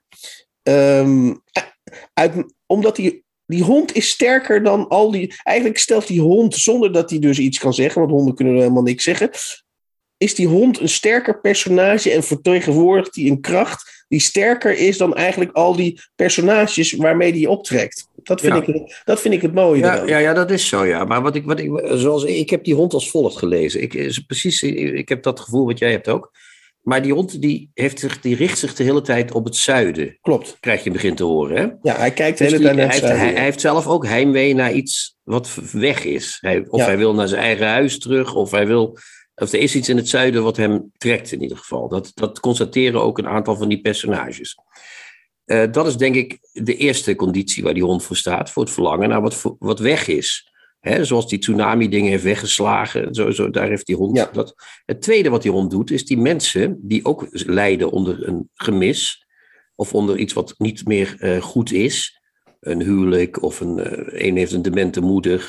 um, uit, omdat die Die hond is sterker dan al die... Eigenlijk stelt die hond, zonder dat hij dus iets kan zeggen, want honden kunnen helemaal niks zeggen, is die hond een sterker personage en vertegenwoordigt die een kracht die sterker is dan eigenlijk al die personages waarmee hij optrekt. Dat vind, ja. ik, dat vind ik het mooie. Ja, ja, ja, dat is zo, ja. Maar wat ik, wat ik, zoals, ik heb die hond als volgt gelezen. Ik, is precies, ik heb dat gevoel wat jij hebt ook. Maar die hond die heeft zich, die richt zich de hele tijd op het zuiden. Klopt. Krijg je in het begin te horen. Hè? Ja, hij kijkt de dus hele die, tijd naar het hij, zuiden. hij, hij heeft zelf ook heimwee naar iets wat weg is. Hij, of ja. hij wil naar zijn eigen huis terug. Of hij wil... Of er is iets in het zuiden wat hem trekt in ieder geval. Dat, dat constateren ook een aantal van die personages. Uh, dat is denk ik de eerste conditie waar die hond voor staat. Voor het verlangen naar wat, wat weg is. He, zoals die tsunami dingen heeft weggeslagen. Zo, zo, daar heeft die hond ja. dat. Het tweede wat die hond doet is die mensen die ook lijden onder een gemis. Of onder iets wat niet meer uh, goed is. Een huwelijk of een, uh, een heeft een demente moeder.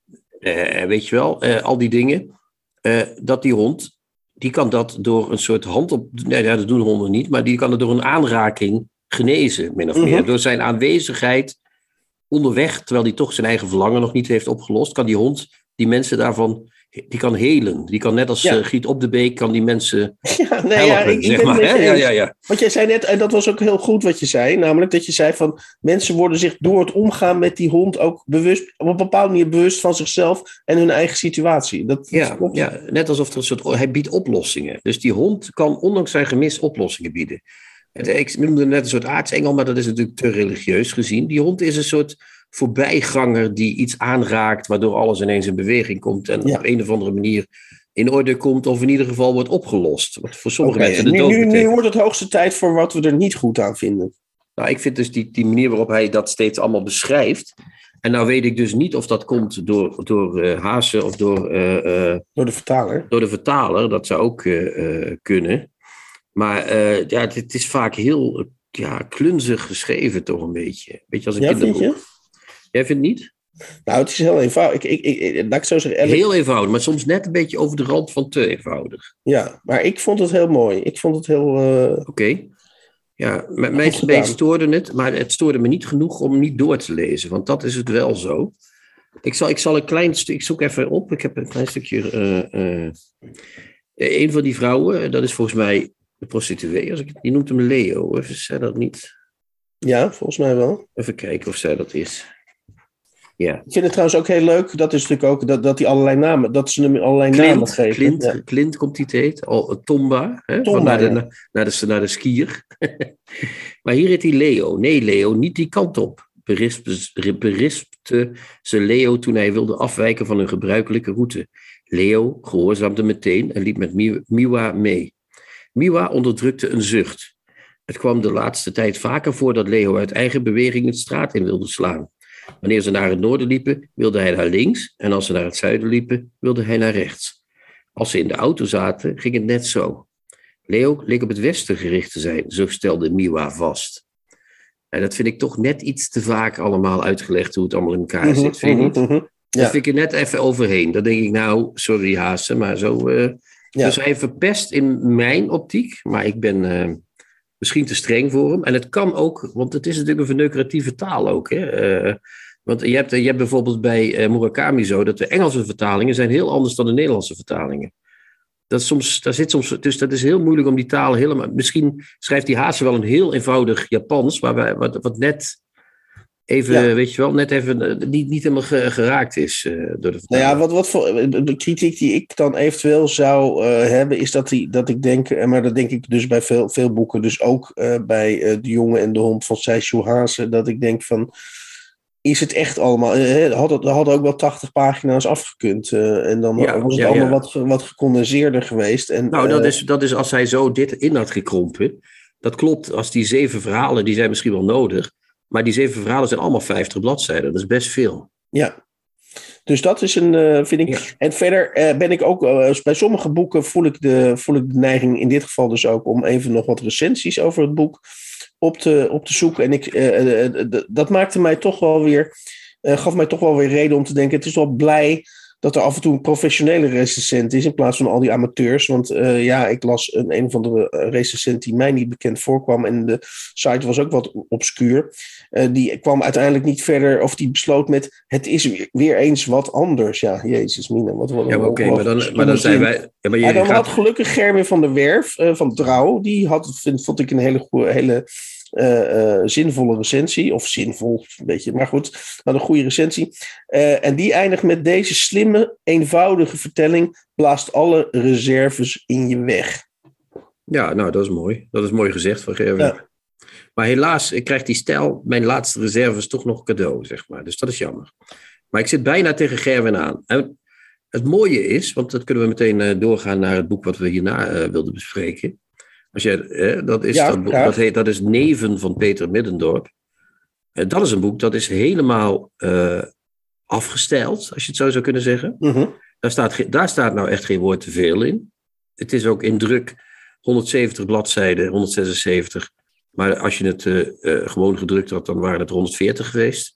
Uh, weet je wel, uh, al die dingen. Uh, dat die hond, die kan dat door een soort hand op... Nee, dat doen honden niet, maar die kan het door een aanraking genezen, min of meer. Mm-hmm. Door zijn aanwezigheid onderweg, terwijl hij toch zijn eigen verlangen nog niet heeft opgelost, kan die hond die mensen daarvan... Die kan helen. Die kan net als ja. uh, Giet op de Beek, kan die mensen ja, nee, helpen, ja, ik, zeg ik maar. Hè? Ja, ja, ja. Want jij zei net, en dat was ook heel goed wat je zei, namelijk dat je zei van mensen worden zich door het omgaan met die hond ook bewust, op een bepaalde manier bewust van zichzelf en hun eigen situatie. Dat, ja, dat ja, net alsof er een soort, hij biedt oplossingen. Dus die hond kan ondanks zijn gemis oplossingen bieden. Ik noemde net een soort aartsengel, maar dat is natuurlijk te religieus gezien. Die hond is een soort voorbijganger die iets aanraakt, waardoor alles ineens in beweging komt en ja. op een of andere manier in orde komt, of in ieder geval wordt opgelost. Wat voor sommige okay, mensen de dood nu, nu, betekent. nu wordt het hoogste tijd voor wat we er niet goed aan vinden. Nou, ik vind dus die, die manier waarop hij dat steeds allemaal beschrijft. En nou weet ik dus niet of dat komt door, door uh, Haase of door... Uh, uh, door de vertaler. Door de vertaler, dat zou ook uh, uh, kunnen. Maar uh, ja, het is vaak heel ja, klunzig geschreven toch een beetje. Beetje als een ja, kinderboek. Vind je? Jij vindt niet? Nou, het is heel eenvoudig. Ik, ik, ik, laat ik zo zeggen, Elk... Heel eenvoudig, maar soms net een beetje over de rand van te eenvoudig. Ja, maar ik vond het heel mooi. Ik vond het heel... Uh... Oké. Okay. Ja, m- mij, mij stoorde het, maar het stoorde me niet genoeg om niet door te lezen. Want dat is het wel zo. Ik zal, ik zal een klein stuk... Ik zoek even op. Ik heb een klein stukje... Uh, uh, een van die vrouwen, dat is volgens mij de prostituee. Als ik, die noemt hem Leo. Even, zij dat niet? Ja, volgens mij wel. Even kijken of zij dat is. Ja. Ik vind het trouwens ook heel leuk, dat is natuurlijk ook dat, dat hij allerlei namen, dat ze hem allerlei Clint, namen geven. Clint, ja. Clint komt die te heet, al Tomba, hè, Tomba naar, de, ja. naar, de, naar de skier. Maar hier heet hij Leo. Nee, Leo, niet die kant op. Berispte, berispte ze Leo toen hij wilde afwijken van hun gebruikelijke route. Leo gehoorzaamde meteen en liep met Miwa mee. Miwa onderdrukte een zucht. Het kwam de laatste tijd vaker voor dat Leo uit eigen beweging de straat in wilde slaan. Wanneer ze naar het noorden liepen, wilde hij naar links. En als ze naar het zuiden liepen, wilde hij naar rechts. Als ze in de auto zaten, ging het net zo. Leo leek op het westen gericht te zijn, zo stelde Miwa vast. En dat vind ik toch net iets te vaak allemaal uitgelegd hoe het allemaal in elkaar mm-hmm, zit. Vind je niet? Mm-hmm, ja. Dat vind ik er net even overheen. Dan denk ik, nou, sorry Haase, maar zo... Uh, ja. Dus hij verpest in mijn optiek, maar ik ben... Uh, Misschien te streng voor hem. En het kan ook, want het is natuurlijk een verneukeratieve taal ook. Hè? Uh, Want je hebt, je hebt bijvoorbeeld bij uh, Murakami zo dat de Engelse vertalingen zijn heel anders dan de Nederlandse vertalingen. Dat is soms, daar zit soms, dus dat is heel moeilijk om die taal helemaal... Misschien schrijft die Haase wel een heel eenvoudig Japans, waar wij, wat, wat net even, ja. weet je wel, net even niet, niet helemaal geraakt is uh, door de vertaling. Nou ja, wat, wat voor de kritiek die ik dan eventueel zou uh, hebben, is dat, die, dat ik denk, maar dat denk ik dus bij veel, veel boeken, dus ook uh, bij uh, De Jongen en de Hond van Seishu Haase, dat ik denk van... Is het echt allemaal... Uh, hadden had ook wel tachtig pagina's afgekund. Uh, en dan ja, was het ja, allemaal ja. wat, wat gecondenseerder geweest. En, nou, uh, dat, is, dat is als hij zo dit in had gekrompen. Dat klopt, als die zeven verhalen, die zijn misschien wel nodig. Maar die zeven verhalen zijn allemaal vijftig bladzijden. Dat is best veel. Ja. Dus dat is een, uh, vind ik... Ja. En verder uh, ben ik ook... Uh, bij sommige boeken voel ik, de, voel ik de neiging, in dit geval dus ook, om even nog wat recensies over het boek op te, op te zoeken. En ik, uh, uh, uh, uh, dat maakte mij toch wel weer... Uh, gaf mij toch wel weer reden om te denken... Het is wel blij dat er af en toe een professionele recensent is in plaats van al die amateurs. Want uh, ja, ik las een, een of andere recensent die mij niet bekend voorkwam. En de site was ook wat obscuur. Uh, die kwam uiteindelijk niet verder, of die besloot met... Het is weer, weer eens wat anders. Ja, jezus mina. Wat, wat ja, oké, okay, maar, dan, maar dan zijn wij... Ja, maar ja, dan gaat... had gelukkig Gerwin van der Werf uh, van Trouw. Die had, vind, vond ik een hele goede... Hele, Uh, uh, zinvolle recensie, of zinvol, een beetje, maar goed, had een goede recensie. Uh, en die eindigt met deze slimme, eenvoudige vertelling blaast alle reserves in je weg. Ja, nou, dat is mooi. Dat is mooi gezegd van Gerwin. Ja. Maar helaas krijgt die stijl mijn laatste reserves toch nog cadeau, zeg maar. Dus dat is jammer. Maar ik zit bijna tegen Gerwin aan. En het mooie is, want dat kunnen we meteen uh, doorgaan naar het boek wat we hierna uh, wilden bespreken. Als jij, hè, dat, is, ja, dat, dat, heet, dat is Neven van Peter Middendorp. En dat is een boek dat is helemaal uh, afgesteld, als je het zo zou kunnen zeggen. Mm-hmm. Daar, staat, daar staat nou echt geen woord te veel in. Het is ook in druk honderdzeventig bladzijden, honderdzesenzeventig. Maar als je het uh, uh, gewoon gedrukt had, dan waren het honderdveertig geweest.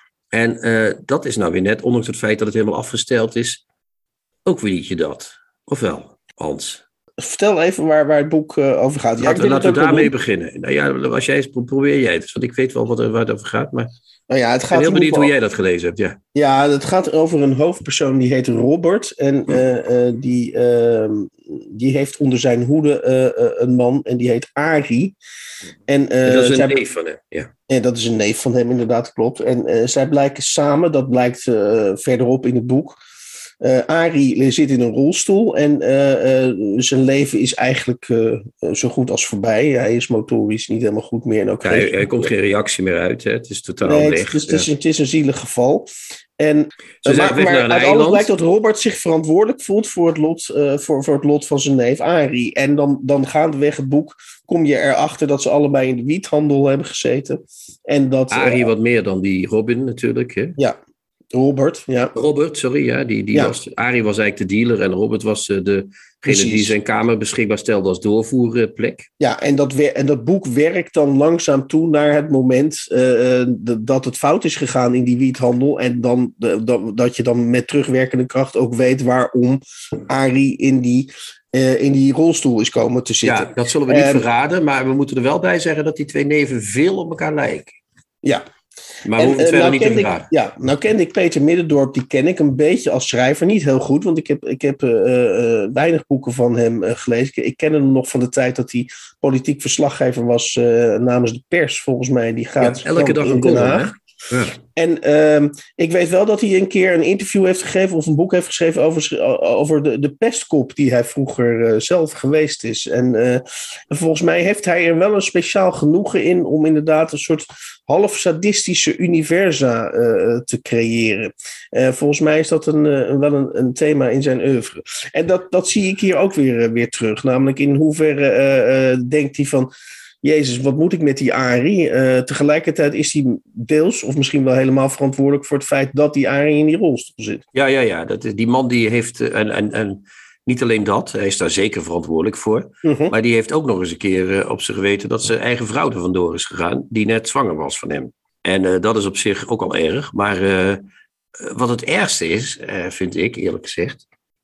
En uh, dat is nou weer net, ondanks het feit dat het helemaal afgesteld is, ook weer niet je dat. Of wel, Hans? Vertel even waar, waar het boek uh, over gaat. Ja, laten we, laten we daarmee beginnen. Nou ja, als jij probeer jij het. Want ik weet wel wat er, waar het over gaat. Maar nou ja, het gaat ik ben heel benieuwd hoe al... jij dat gelezen hebt. Ja. ja, het gaat over een hoofdpersoon die heet Robert. En uh, uh, die, uh, die heeft onder zijn hoede uh, uh, een man. En die heet Arie. En, uh, en dat is een zij... neef van hem. Ja. En dat is een neef van hem, inderdaad, klopt. En uh, zij blijken samen, dat blijkt uh, verderop in het boek... Uh, Arie zit in een rolstoel en uh, uh, zijn leven is eigenlijk uh, zo goed als voorbij. Hij is motorisch niet helemaal goed meer. En ook ja, hij, hij komt geen reactie meer uit. Hè? Het is totaal nee, leeg. Het is, het, is, het is een zielig geval. En, Ze uh, maar maar uit alles blijkt dat Robert zich verantwoordelijk voelt voor het lot, uh, voor, voor het lot van zijn neef Arie. En dan, dan gaandeweg het boek kom je erachter dat ze allebei in de wiethandel hebben gezeten. En dat, Arie uh, wat meer dan die Robin natuurlijk. Hè? Ja. Robert, ja. Robert, sorry, ja, die, die ja. was, Arie was eigenlijk de dealer en Robert was uh, degene Precies. die zijn kamer beschikbaar stelde als doorvoerplek. Ja, en dat, en dat boek werkt dan langzaam toe naar het moment uh, dat het fout is gegaan in die wiethandel en dan, de, dat, dat je dan met terugwerkende kracht ook weet waarom Arie in die, uh, in die rolstoel is komen te zitten. Ja, dat zullen we niet uh, verraden, maar we moeten er wel bij zeggen dat die twee neven veel op elkaar lijken. Ja. Maar we hoeven het uh, verder nou niet te ik, Ja, nou kende ik Peter Middendorp, die ken ik een beetje als schrijver. Niet heel goed, want ik heb, ik heb uh, uh, weinig boeken van hem uh, gelezen. Ik ken hem nog van de tijd dat hij politiek verslaggever was uh, namens de Pers, volgens mij. Die gaat ja, elke dag in een Den Haag. Ja. En uh, ik weet wel dat hij een keer een interview heeft gegeven of een boek heeft geschreven over, over de, de pestkop die hij vroeger uh, zelf geweest is. En uh, volgens mij heeft hij er wel een speciaal genoegen in om inderdaad een soort half sadistische universa uh, te creëren. Uh, volgens mij is dat een, uh, wel een, een thema in zijn oeuvre. En dat, dat zie ik hier ook weer, uh, weer terug. Namelijk in hoeverre uh, uh, denkt hij van... Jezus, wat moet ik met die Arie? Uh, tegelijkertijd is hij deels, of misschien wel helemaal verantwoordelijk voor het feit dat die Arie in die rolstoel zit. Ja, ja, ja. Dat is, die man die heeft, en, en, en niet alleen dat, hij is daar zeker verantwoordelijk voor, uh-huh. maar die heeft ook nog eens een keer uh, op zijn geweten dat zijn eigen vrouw er vandoor is gegaan, die net zwanger was van hem. En uh, dat is op zich ook al erg, maar uh, wat het ergste is, uh, vind ik eerlijk gezegd,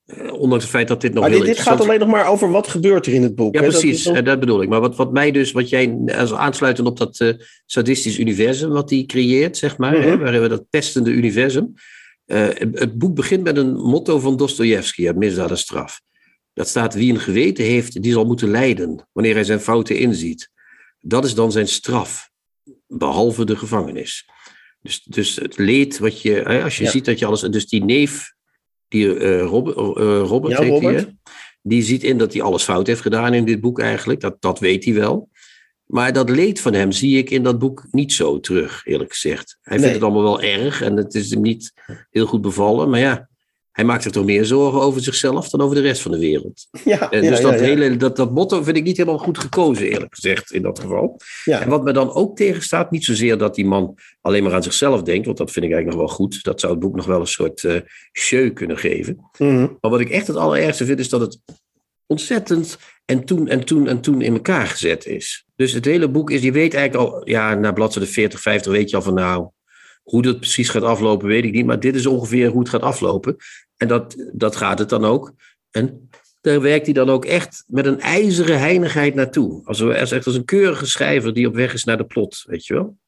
Uh, ondanks het feit dat dit nog maar heel dit, dit gaat alleen nog maar over wat gebeurt er in het boek. Ja, hè? precies. Dat, dat, dat bedoel ik. Maar wat, wat mij dus, wat jij als aansluitend op dat uh, sadistisch universum wat hij creëert, zeg maar, mm-hmm. hè, waarin we dat pestende universum. Uh, het, het boek begint met een motto van Dostojevski, Misdaad en straf. Dat staat: wie een geweten heeft, die zal moeten lijden wanneer hij zijn fouten inziet. Dat is dan zijn straf, behalve de gevangenis. Dus, dus het leed wat je, hè, als je ja. ziet dat je alles, dus die neef. Die uh, Robert, uh, Robert, ja, heet Robert. Die, die ziet in dat hij alles fout heeft gedaan in dit boek eigenlijk. Dat, dat weet hij wel. Maar dat leed van hem zie ik in dat boek niet zo terug, eerlijk gezegd. Hij nee. vindt het allemaal wel erg en het is hem niet heel goed bevallen. Maar ja, hij maakt zich toch meer zorgen over zichzelf dan over de rest van de wereld. Ja, en ja, dus dat, ja, ja. hele, dat, dat motto vind ik niet helemaal goed gekozen, eerlijk gezegd, in dat geval. Ja. En wat me dan ook tegenstaat, niet zozeer dat die man alleen maar aan zichzelf denkt, want dat vind ik eigenlijk nog wel goed. Dat zou het boek nog wel een soort uh, jeu kunnen geven. Mm-hmm. Maar wat ik echt het allerergste vind, is dat het ontzettend en toen en toen en toen in elkaar gezet is. Dus het hele boek is, je weet eigenlijk al, ja, na bladzijde veertig, vijftig weet je al van nou, hoe dat precies gaat aflopen, weet ik niet. Maar dit is ongeveer hoe het gaat aflopen. En dat, dat gaat het dan ook. En daar werkt hij dan ook echt met een ijzeren heinigheid naartoe. Als, als, echt als een keurige schrijver die op weg is naar de plot, weet je wel.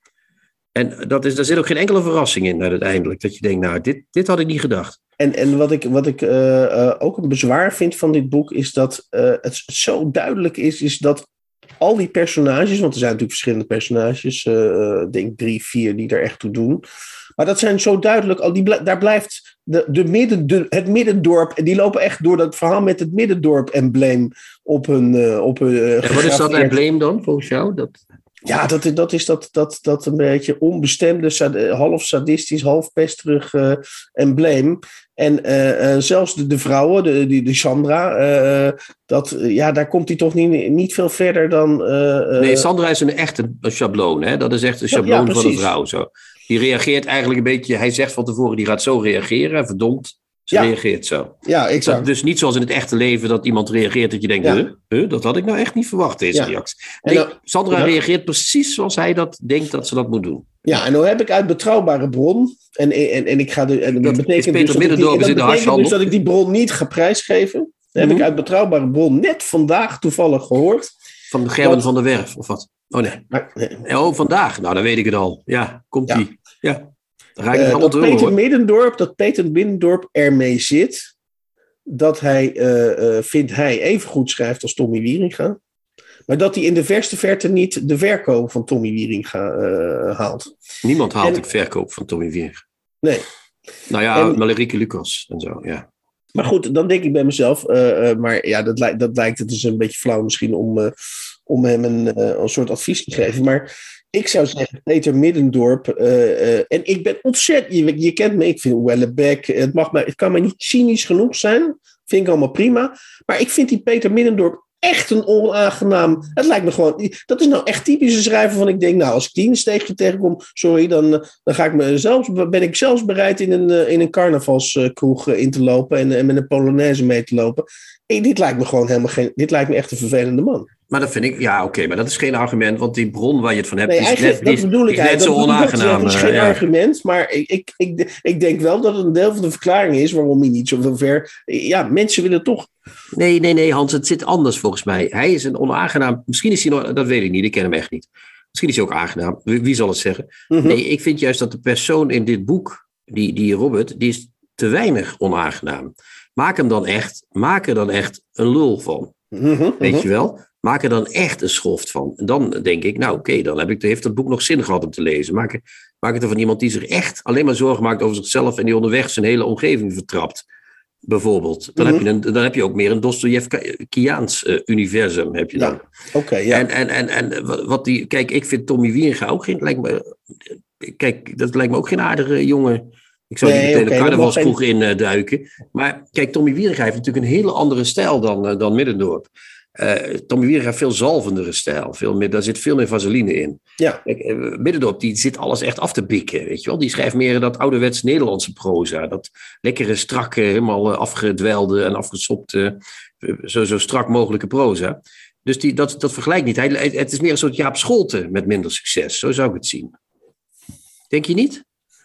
En dat is, daar zit ook geen enkele verrassing in uiteindelijk. Dat je denkt, nou, dit, dit had ik niet gedacht. En, en wat ik, wat ik uh, uh, ook een bezwaar vind van dit boek, is dat uh, het zo duidelijk is, is dat al die personages, want er zijn natuurlijk verschillende personages, uh, ik denk drie, vier die er echt toe doen. Maar dat zijn zo duidelijk, al die, daar blijft de, de midden, de, het middendorp, die lopen echt door dat verhaal met het middendorp-embleem op hun... Uh, op hun uh, en wat is dat embleem dan, volgens jou? Dat... Ja, dat, dat is dat, dat, dat een beetje onbestemde, sad, half sadistisch, half pesterig uh, embleem. En uh, uh, zelfs de, de vrouwen, de, die, de Sandra, uh, dat, uh, ja, daar komt hij toch niet, niet veel verder dan... Uh, nee, Sandra is een echte een schabloon, hè? Dat is echt een schabloon ja, van een vrouw. Zo. Die reageert eigenlijk een beetje, hij zegt van tevoren, die gaat zo reageren, verdomd. Ze ja. reageert zo. Ja, exact. Dat, dus niet zoals in het echte leven dat iemand reageert dat je denkt, ja. huh, huh, dat had ik nou echt niet verwacht, deze ja. reactie. Nee, dan, Sandra ja. reageert precies zoals hij dat denkt dat ze dat moet doen. Ja, en nou heb ik uit betrouwbare bron, en, en, en ik ga de, en dat, dat betekent, dus dat, ik die, dat, betekent dus dat ik die bron niet ga prijsgeven. Dat mm-hmm. heb ik uit betrouwbare bron net vandaag toevallig gehoord. Van Gerben van der Werf, of wat? Oh nee. Maar, nee. Oh, vandaag. Nou, dan weet ik het al. Ja, komt-ie. Ja. ja. Dan ga ik uh, dat doen, Peter hoor. Middendorp, dat Peter Middendorp ermee zit, dat hij, uh, uh, vindt hij, even goed schrijft als Tommy Wieringa. Maar dat hij in de verste verte niet de verkoop van Tommy Wieringa uh, haalt. Niemand haalt en, de verkoop van Tommy Wieringa. Nee. Nou ja, en, Marieke Lucas en zo, ja. Maar goed, dan denk ik bij mezelf, uh, uh, maar ja, dat, li- dat lijkt het dus een beetje flauw misschien om, uh, om hem een, uh, een soort advies te geven. Maar ik zou zeggen, Peter Middendorp, uh, uh, en ik ben ontzettend, je, je kent me, ik vind Wellebeck, het, mag mij, het kan mij niet cynisch genoeg zijn, vind ik allemaal prima. Maar ik vind die Peter Middendorp echt een onaangenaam. Het lijkt me gewoon. Dat is nou echt typisch een schrijver van. Ik denk, nou, als ik die een steegje tegenkom, sorry, dan, dan ga ik me zelfs, ben ik zelfs bereid in een, in een carnavalskroeg in te lopen en, en met een Polonaise mee te lopen. Hey, dit lijkt me gewoon helemaal geen. Dit lijkt me echt een vervelende man. Maar dat vind ik, ja, oké, okay, maar dat is geen argument, want die bron waar je het van hebt, nee, is net, dat bedoel ik is net zo onaangenaam. Dat is geen ja. argument, maar ik, ik, ik, ik denk wel dat het een deel van de verklaring is waarom hij niet zo ver. Ja, mensen willen toch. Nee, nee, nee, Hans, het zit anders volgens mij. Hij is een onaangenaam. Misschien is hij nog, dat weet ik niet, ik ken hem echt niet. Misschien is hij ook aangenaam. Wie, wie zal het zeggen? Mm-hmm. Nee, ik vind juist dat de persoon in dit boek, die, die Robert, die is te weinig onaangenaam. Maak hem dan echt, maak er dan echt een lul van. Mm-hmm. Weet je wel? Maak er dan echt een schoft van. En dan denk ik, nou oké, okay, dan heb ik, heeft dat boek nog zin gehad om te lezen. Maak, maak het er van iemand die zich echt alleen maar zorgen maakt over zichzelf en die onderweg zijn hele omgeving vertrapt. Bijvoorbeeld. Dan, mm-hmm. heb, je een, dan heb je ook meer een Dostojevskiaans uh, universum. Heb je dan. Ja, oké, okay, ja. En, en, en, en wat die, kijk, ik vind Tommy Wieringa ook geen, lijkt me, kijk, dat lijkt me ook geen aardige jongen. Ik zou nee, niet meteen okay, de carnavalskroeg in uh, duiken. Maar kijk, Tommy Wieringa heeft natuurlijk een hele andere stijl dan, uh, dan Middendorp. Uh, Tommy Wieringa heeft veel zalvendere stijl. Veel meer, daar zit veel meer vaseline in. Ja. Kijk, uh, Middendorp die zit alles echt af te bikken. Weet je wel? Die schrijft meer dat ouderwets Nederlandse proza. Dat lekkere, strakke, helemaal uh, afgedwelde en afgesopte, uh, zo, zo strak mogelijke proza. Dus die, dat, dat vergelijkt niet. Hij, het is meer een soort Jaap Scholte met minder succes. Zo zou ik het zien. Denk je niet?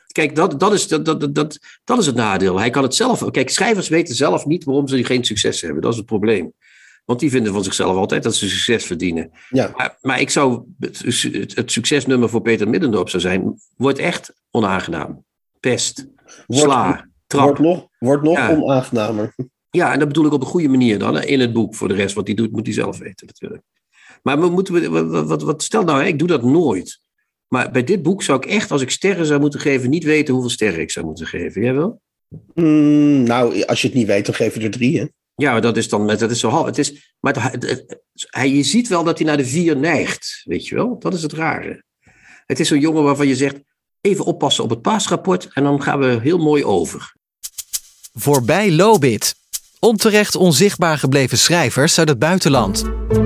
kijk, dat, dat, is, dat, dat, dat, dat is het nadeel. Hij kan het zelf. Kijk, schrijvers weten zelf niet waarom ze geen succes hebben. Dat is het probleem. Want die vinden van zichzelf altijd dat ze succes verdienen. Ja. Maar, maar ik zou, het, het succesnummer voor Peter Middendorp zou zijn, wordt echt onaangenaam. Pest, Wordt, sla, trap. Wordt nog, wordt nog Ja. onaangenamer. Ja, en dat bedoel ik op een goede manier dan. Hè, in het boek. Voor de rest, wat hij doet, moet hij zelf weten natuurlijk. Maar we moeten, wat, wat, wat, stel nou, hè, ik doe dat nooit. Maar bij dit boek zou ik echt, als ik sterren zou moeten geven, niet weten hoeveel sterren ik zou moeten geven. Jij wel? Mm, nou, als je het niet weet, dan geef je er drie, hè? Ja, maar dat is dan, dat is zo half. Het is, maar het, het, hij, je ziet wel dat hij naar de vier neigt, weet je wel? Dat is het rare. Het is zo'n jongen waarvan je zegt, even oppassen op het paasrapport en dan gaan we heel mooi over. Voorbij Lobit. Onterecht onzichtbaar gebleven schrijvers uit het buitenland.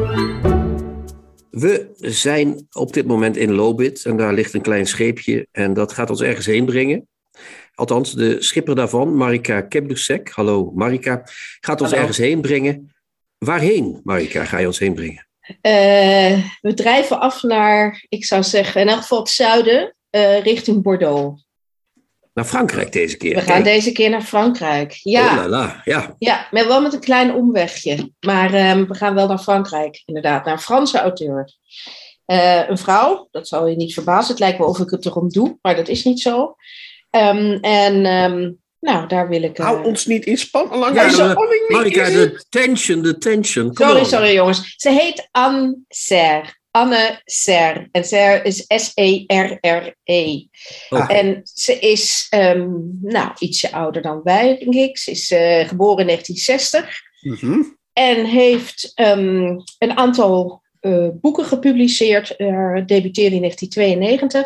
We zijn op dit moment in Lobit en daar ligt een klein scheepje en dat gaat ons ergens heen brengen. Althans, de schipper daarvan, Marika Keblusek, hallo Marika, gaat ons Hallo. ergens heen brengen. Waarheen, Marika, ga je ons heen brengen? Uh, we drijven af naar, ik zou zeggen, in elk geval het zuiden, uh, richting Bordeaux. Naar Frankrijk deze keer. We gaan Kijk. deze keer naar Frankrijk. Ja, Oh la la, ja. ja, maar wel met een klein omwegje. Maar um, we gaan wel naar Frankrijk, inderdaad, naar een Franse auteur. Uh, een vrouw, dat zal je niet verbazen. Het lijkt wel of ik het erom doe, maar dat is niet zo. Um, en um, nou, daar wil ik... Uh... Hou ons niet in spanning. Ja, de, Marika, de tension, de tension. Come Sorry, on. sorry jongens. Ze heet Anne Serre. Anne Serre. En Serre is S E R R E. Okay. En ze is um, nou, ietsje ouder dan wij, denk ik. Ze is uh, geboren in negentien zestig. Mm-hmm. En heeft um, een aantal uh, boeken gepubliceerd. Uh, debuteerde in negentien tweeënnegentig.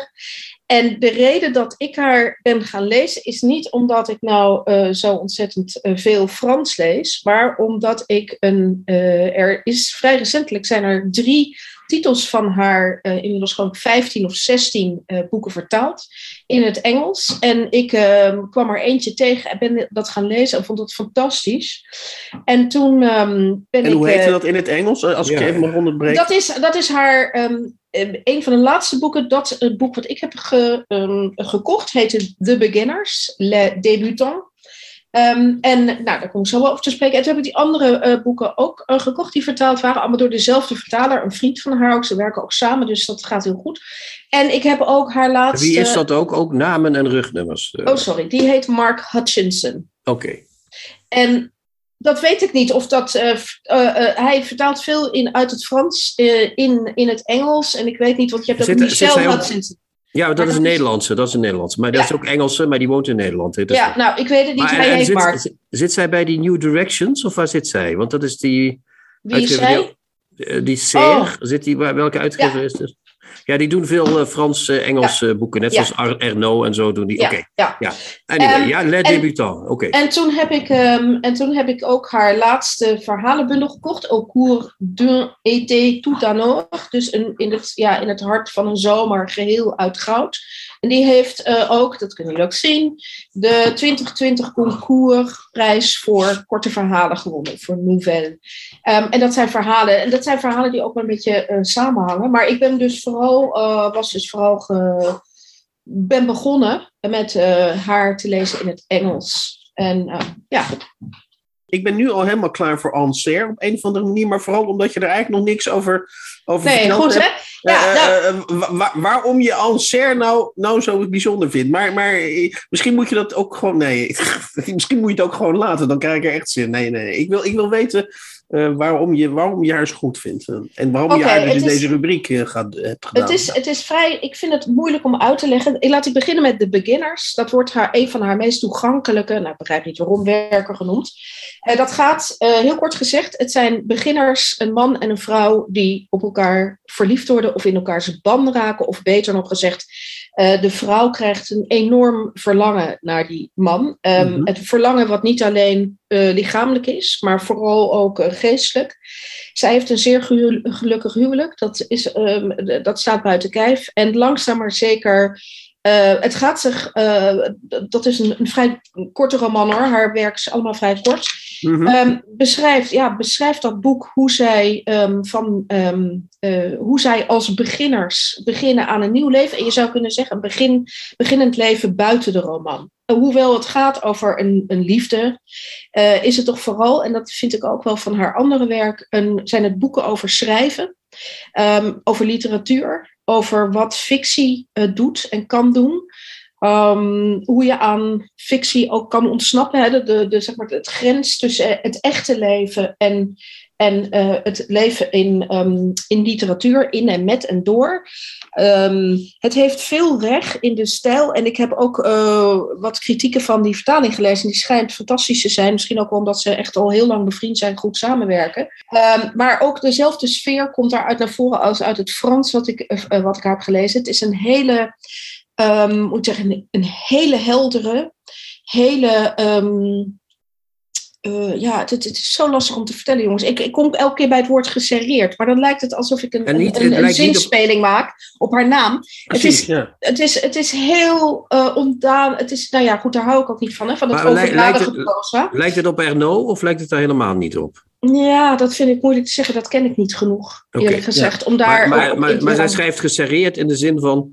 En de reden dat ik haar ben gaan lezen is niet omdat ik nou uh, zo ontzettend uh, veel Frans lees, maar omdat ik een, uh, er is vrij recentelijk zijn er drie titels van haar, uh, inmiddels gewoon vijftien of zestien uh, boeken vertaald in het Engels. En ik uh, kwam er eentje tegen en ben dat gaan lezen en vond het fantastisch. En toen um, ben ik... En hoe heette uh, dat in het Engels, als ik ja. even mag onderbreken? Dat is, dat is haar... Um, een van de laatste boeken, dat het boek wat ik heb ge, um, gekocht, heette The Beginners, Les Débutants. Um, en nou, daar kom ik zo wel over te spreken. En toen heb ik die andere uh, boeken ook uh, gekocht, die vertaald waren, allemaal door dezelfde vertaler, een vriend van haar ook. Ze werken ook samen, dus dat gaat heel goed. En ik heb ook haar laatste... Wie is dat ook? Ook namen en rugnummers? Oh, sorry. Die heet Mark Hutchinson. Oké. Okay. En... Dat weet ik niet. Of dat, uh, uh, uh, hij vertaalt veel in, uit het Frans uh, in, in het Engels. En ik weet niet, want je hebt ook Michel Hutchinson. Ja, dat maar is een Nederlandse. Dat is een Nederlandse. Maar dat ja. is ook Engelse, maar die woont in Nederland. He, ja, is nou, ik weet het niet. Maar, hij heet zit, Mark. Zit, zit zij bij die New Directions of waar zit zij? Want dat is die... Wie is zij? Die, die Serre, oh. zit die, welke uitgever ja. is het? Ja, die doen veel uh, Frans-Engelse uh, ja. boeken. Net ja. zoals Arnaud en zo doen die. Ja. Oké. Okay. Ja. Ja. Anyway, um, ja, Les Débutants. Oké. Okay. En toen heb ik um, en toen heb ik ook haar laatste verhalenbundel gekocht. Au cours d'un été tout en or. Dus een, in, het, ja, in het hart van een zomer geheel uit goud. En die heeft uh, ook, dat kunnen jullie ook zien, de twintig twintig Goncourt-prijs voor korte verhalen gewonnen. Voor nouvelle. Um, en dat zijn verhalen. En dat zijn verhalen die ook wel een beetje uh, samenhangen. Maar ik ben dus vooral, uh, was dus vooral ge, ben begonnen met uh, haar te lezen in het Engels. En uh, ja. Ik ben nu al helemaal klaar voor Anne Serre op een of andere manier, maar vooral omdat je er eigenlijk nog niks over, over nee, verteld goed, hebt. Hè? Ja, uh, nou. uh, uh, wa- waarom je Anne Serre nou, nou zo bijzonder vindt. Maar, maar misschien moet je dat ook gewoon... Nee, misschien moet je het ook gewoon laten. Dan krijg ik er echt zin. Nee, nee, nee. Ik wil, ik wil weten uh, waarom, je, waarom je haar zo goed vindt. En waarom okay, je haar dus in is, deze rubriek uh, gaat, hebt gedaan. Het is, het is vrij... Ik vind het moeilijk om uit te leggen. Laat ik beginnen met The Beginners. Dat wordt haar, een van haar meest toegankelijke... Nou, ik begrijp niet waarom, werker genoemd. Uh, dat gaat, uh, heel kort gezegd... Het zijn beginners, een man en een vrouw... die op elkaar verliefd worden... of in elkaars ban raken. Of beter nog gezegd... Uh, de vrouw krijgt een enorm verlangen naar die man. Um, mm-hmm. Het verlangen wat niet alleen uh, lichamelijk is, maar vooral ook uh, geestelijk. Zij heeft een zeer gehu- gelukkig huwelijk. Dat, is, um, d- dat staat buiten kijf. En langzaam maar zeker... Uh, het gaat zich... Uh, dat is een, een vrij korte roman hoor. Haar werk is allemaal vrij kort. Mm-hmm. Um, beschrijft, ja, beschrijft dat boek hoe zij, um, van, um, uh, hoe zij als beginners beginnen aan een nieuw leven. En je zou kunnen zeggen een begin, beginnend leven buiten de roman. Hoewel het gaat over een, een liefde, uh, is het toch vooral, en dat vind ik ook wel van haar andere werk, een, zijn het boeken over schrijven, um, over literatuur, over wat fictie uh, doet en kan doen. Um, hoe je aan fictie ook kan ontsnappen. Hè? De, de, de, zeg maar, het grens tussen het echte leven en, en uh, het leven in, um, in literatuur, in en met en door. Um, het heeft veel weg in de stijl. En ik heb ook uh, wat kritieken van die vertaling gelezen. Die schijnt fantastisch te zijn. Misschien ook omdat ze echt al heel lang bevriend zijn, goed samenwerken. Um, maar ook dezelfde sfeer komt daaruit naar voren als uit het Frans wat ik, uh, wat ik heb gelezen. Het is een hele... Um, moet ik zeggen, een, een hele heldere, hele, um, uh, ja, het, het is zo lastig om te vertellen, jongens. Ik, ik kom elke keer bij het woord geserreerd, maar dan lijkt het alsof ik een, niet, een, een, een zinspeling op... maak op haar naam. Precies, het, is, ja. het, is, het is heel uh, ontdaan, het is, nou ja, goed, daar hou ik ook niet van, hè, van het overdadige proza. Lijkt het op Ernaud of lijkt het daar helemaal niet op? Ja, dat vind ik moeilijk te zeggen, dat ken ik niet genoeg, eerlijk okay, gezegd. Ja. Om daar maar maar, maar, maar zij schrijft geserreerd in de zin van...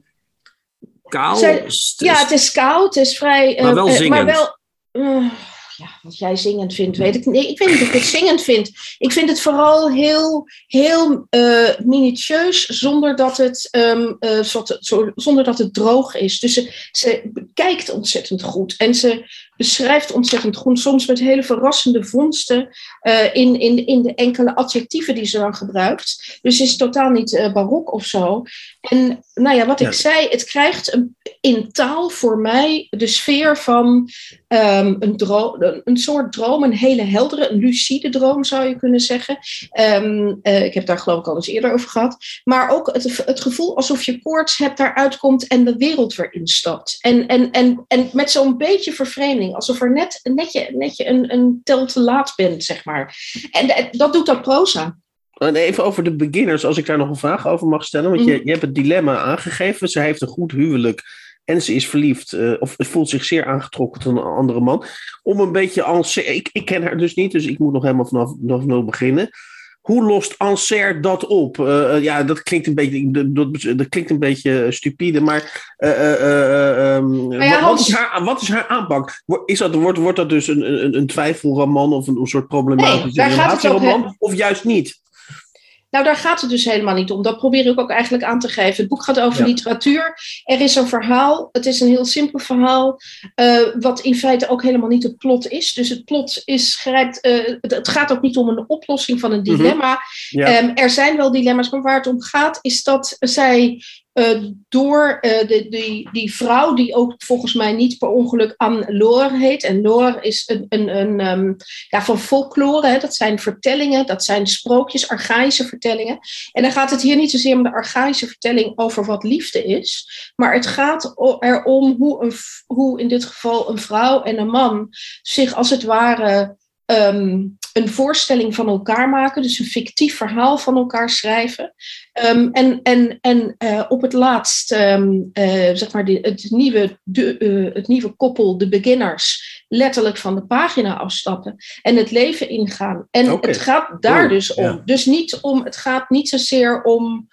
Kaal? Zij, ja, het is kaal, het is vrij... Maar wel zingend. Uh, maar wel, uh, ja, wat jij zingend vindt, weet ik niet. Ik weet niet of ik het zingend vind. Ik vind het vooral heel, heel uh, minutieus, zonder dat het, um, uh, zot, zo, zonder dat het droog is. Dus ze, ze kijkt ontzettend goed. En ze beschrijft ontzettend goed. Soms met hele verrassende vondsten uh, in, in, in de enkele adjectieven die ze dan gebruikt. Dus het is totaal niet uh, barok of zo. En nou ja, wat ja. ik zei, het krijgt een, in taal voor mij de sfeer van um, een, droom, een soort droom, een hele heldere, een lucide droom zou je kunnen zeggen. Um, uh, ik heb daar geloof ik al eens eerder over gehad. Maar ook het, het gevoel alsof je koorts hebt, daaruit komt en de wereld weer instapt. En, en, en, en met zo'n beetje vervreemding, alsof er net, net, je, net je een, een tel te laat bent, zeg maar. En, en dat doet dat proza. Even over de beginners, als ik daar nog een vraag over mag stellen. Want mm. je, je hebt het dilemma aangegeven. Ze heeft een goed huwelijk en ze is verliefd. Uh, of voelt zich zeer aangetrokken tot een andere man. Om een beetje... Anser, ik, ik ken haar dus niet, dus ik moet nog helemaal vanaf, vanaf nul beginnen. Hoe lost Anser dat op? Uh, ja, dat klinkt een beetje, dat, dat klinkt een beetje stupide, maar, uh, uh, uh, um, maar ja, wat, is haar, wat is haar aanpak? Is dat, wordt, wordt dat dus een, een, een twijfelroman of een, een soort problematische nee, relatieroman? Of juist niet? Nou, daar gaat het dus helemaal niet om. Dat probeer ik ook eigenlijk aan te geven. Het boek gaat over ja. literatuur. Er is een verhaal. Het is een heel simpel verhaal. Uh, wat in feite ook helemaal niet het plot is. Dus het plot is, grijpt, uh, het gaat ook niet om een oplossing van een dilemma. Mm-hmm. Ja. Um, er zijn wel dilemma's, maar waar het om gaat is dat zij... Uh, door uh, de, die, die vrouw die ook volgens mij niet per ongeluk Anne-Laure heet. En Laure is een, een, een um, ja, van folklore. Hè. Dat zijn vertellingen, dat zijn sprookjes, archaïsche vertellingen. En dan gaat het hier niet zozeer om de archaïsche vertelling over wat liefde is. Maar het gaat erom hoe, een, hoe in dit geval een vrouw en een man zich als het ware... Um, een voorstelling van elkaar maken, dus een fictief verhaal van elkaar schrijven. Um, en en, en uh, op het laatst, um, uh, zeg maar, de, het, nieuwe, de, uh, het nieuwe koppel, de beginners, letterlijk van de pagina afstappen en het leven ingaan. En okay. het gaat daar oh, dus om. Ja. Dus niet om, het gaat niet zozeer om...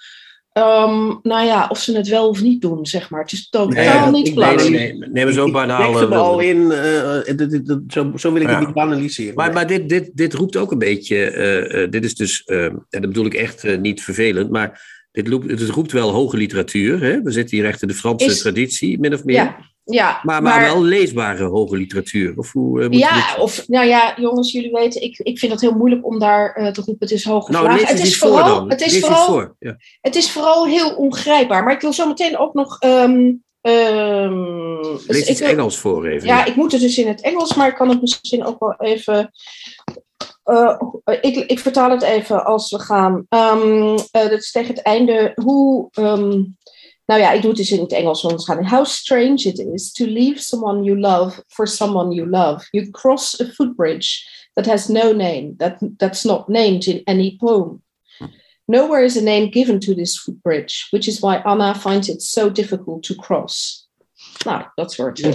Um, nou ja, of ze het wel of niet doen, zeg maar. Het is totaal nee, niet belangrijk. Nee, nee, nee, zo banaal. Ik al in, uh, dit, dit, dit, zo, zo wil ik ja. het niet banaliseren. Maar, maar dit, dit, dit roept ook een beetje, uh, uh, dit is dus, uh, en dat bedoel ik echt uh, niet vervelend, maar dit roept, het roept wel hoge literatuur. Hè? We zitten hier echt in de Franse is, traditie, min of meer. Ja. Ja, maar, maar, maar wel leesbare hoge literatuur. Of hoe, uh, moet ja, dit... of nou ja, jongens, jullie weten, ik, ik vind dat heel moeilijk om daar uh, te roepen. Het is hoge nou, vragen. Het is, vooral, het, is vooral, ja. het is vooral heel ongrijpbaar. Maar ik wil zo meteen ook nog. Um, um, Lees dus iets wil, Engels voor even. Ja, ik moet het dus in het Engels, maar ik kan het misschien ook wel even. Uh, ik, ik vertaal het even als we gaan. Um, uh, dat is tegen het einde. Hoe. Um, Nou ja, ik doe het dus in het Engels, want het gaat. How strange it is to leave someone you love for someone you love. You cross a footbridge that has no name, that, that's not named in any poem. Nowhere is a name given to this footbridge, which is why Anna finds it so difficult to cross. Nou, dat soort... Mm-hmm.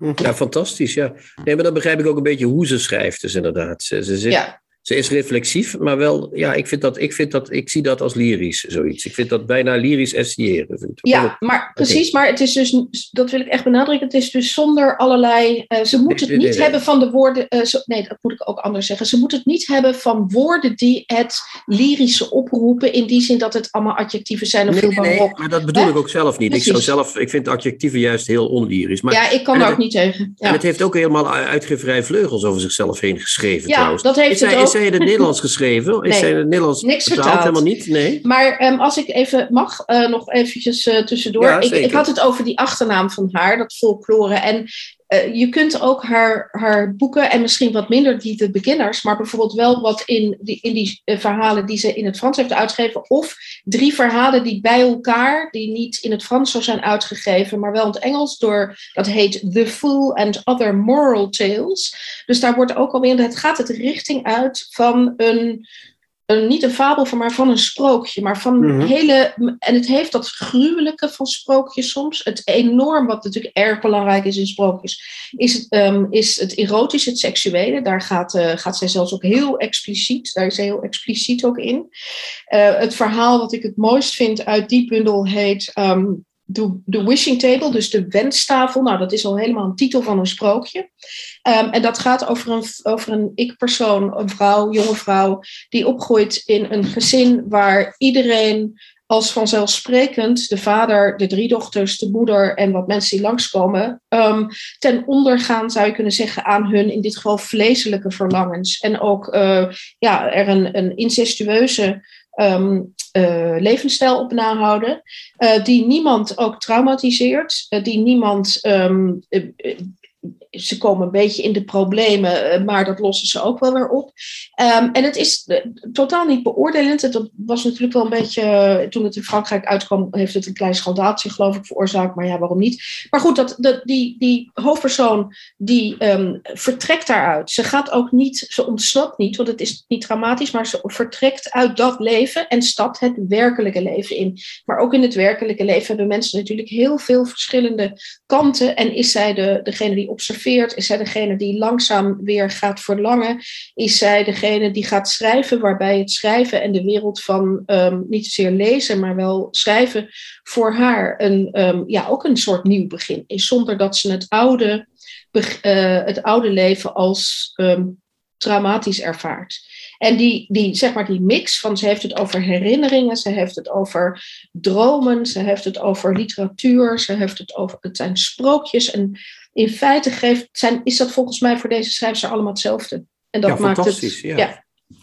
Ja, fantastisch, ja. Nee, maar dan begrijp ik ook een beetje hoe ze schrijft, dus inderdaad. Ze, ze, zit, Ja. ze is reflexief, maar wel, ja, ik vind dat, ik vind dat, ik zie dat als lyrisch, zoiets. Ik vind dat bijna lyrisch essayeren. Vind ik. Ja, maar precies, maar het is dus, dat wil ik echt benadrukken, het is dus zonder allerlei, uh, ze moet het Nee, niet nee, nee. hebben van de woorden, uh, zo, nee, dat moet ik ook anders zeggen, ze moet het niet hebben van woorden die het lyrische oproepen, in die zin dat het allemaal adjectieven zijn of Nee, heel nee, nee, barok. maar dat bedoel Hè? ik ook zelf niet. Ik, Precies. zou zelf, ik vind adjectieven juist heel onlyrisch. Maar, Ja, ik kan en daar het- ook niet tegen. Ja, En het heeft ook helemaal uitgeverij Vleugels over zichzelf heen geschreven ja trouwens. dat heeft Is zij, het ook. is zij in het Nederlands geschreven? Is Nee, zij in het Nederlands niks vertaald? vertaald. Helemaal niet? Nee. Maar um, als ik even mag, uh, nog eventjes uh, tussendoor. Ja, ik, zeker. ik had het over die achternaam van haar, dat folklore. En uh, je kunt ook haar, haar boeken, en misschien wat minder die de beginners, maar bijvoorbeeld wel wat in die, in die uh, verhalen die ze in het Frans heeft uitgegeven, of drie verhalen die bij elkaar, die niet in het Frans zo zijn uitgegeven, maar wel in het Engels, door, dat heet The Fool and Other Moral Tales. Dus daar wordt ook alweer, het gaat het richting uit van een... Een, niet een fabel, van, maar van een sprookje. Maar van Mhm. hele. En het heeft dat gruwelijke van sprookjes soms. Het enorm, wat natuurlijk erg belangrijk is in sprookjes, is het, um, is het erotische, het seksuele. Daar gaat, uh, gaat zij zelfs ook heel expliciet. Daar is zij heel expliciet ook in. Uh, het verhaal wat ik het mooist vind uit die bundel heet Um, De, de Wishing Table, dus de wenstafel. Nou, dat is al helemaal een titel van een sprookje. Um, en dat gaat over een, over een ik-persoon, een vrouw, jonge vrouw, die opgroeit in een gezin waar iedereen als vanzelfsprekend, de vader, de drie dochters, de moeder en wat mensen die langskomen, um, ten onder gaan, zou je kunnen zeggen, aan hun, in dit geval, vleeselijke verlangens. En ook uh, ja, er een, een incestueuze Um, uh, levensstijl op nahouden, uh, die niemand ook traumatiseert, uh, die niemand, um, uh, uh, ze komen een beetje in de problemen, uh, maar dat lossen ze ook wel weer op. Um, en het is uh, totaal niet beoordelend. Het was natuurlijk wel een beetje, uh, toen het in Frankrijk uitkwam, heeft het een klein schandaaltje, geloof ik, veroorzaakt, maar ja, waarom niet? Maar goed, dat, dat, die, die hoofdpersoon, die um, vertrekt daaruit. Ze gaat ook niet, ze ontsnapt niet, want het is niet dramatisch, maar ze vertrekt uit dat leven en stapt het werkelijke leven in. Maar ook in het werkelijke leven hebben mensen natuurlijk heel veel verschillende kanten. En is zij de, degene die observeert? Is zij degene die langzaam weer gaat verlangen? Is zij degene die gaat schrijven, waarbij het schrijven en de wereld van um, niet zozeer lezen, maar wel schrijven voor haar een, um, ja, ook een soort nieuw begin is, zonder dat ze het oude, uh, het oude leven als um, traumatisch ervaart. En die, die, zeg maar die mix van, ze heeft het over herinneringen, ze heeft het over dromen, ze heeft het over literatuur, ze heeft het over, het zijn sprookjes. En in feite geeft, zijn, is dat volgens mij voor deze schrijfster allemaal hetzelfde. En dat Ja, maakt fantastisch, het. ja. ja.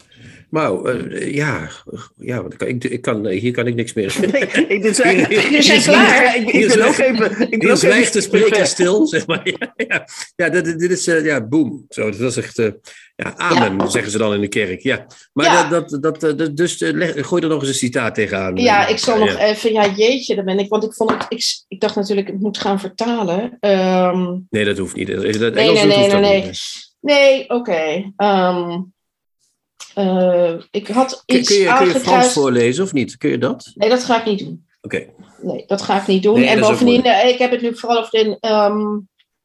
Maar uh, ja, ja ik, ik, ik kan, hier kan ik niks meer. Nee, ik, dit zijn, Jullie zijn klaar. Ik, ik ben ook even... Ik ben ook zwijgt de even spreker stil, zeg maar. Ja, ja. ja dit, dit is, uh, ja, boom. Zo, dat is echt, uh, ja, amen, ja. Zeggen ze dan in de kerk. Ja. Maar ja. dat, dat, dat, dat, dus uh, leg, gooi er nog eens een citaat tegenaan. Ja, ik zal ja. nog even, ja jeetje, daar ben ik, want ik vond het, ik, ik dacht natuurlijk, ik moet gaan vertalen. Um, nee, dat hoeft niet. Dat, dat nee, Engels nee, nee, hoeft nee, nee. nee. Nee, oké. Okay. Um, Uh, ik had iets kun, je, kun je aangekruist... Frans voorlezen of niet? Kun je dat? Nee, dat ga ik niet doen. Oké. Okay. Nee, dat ga ik niet doen. Nee, en bovendien, uh, ik heb het nu vooral over de... Um,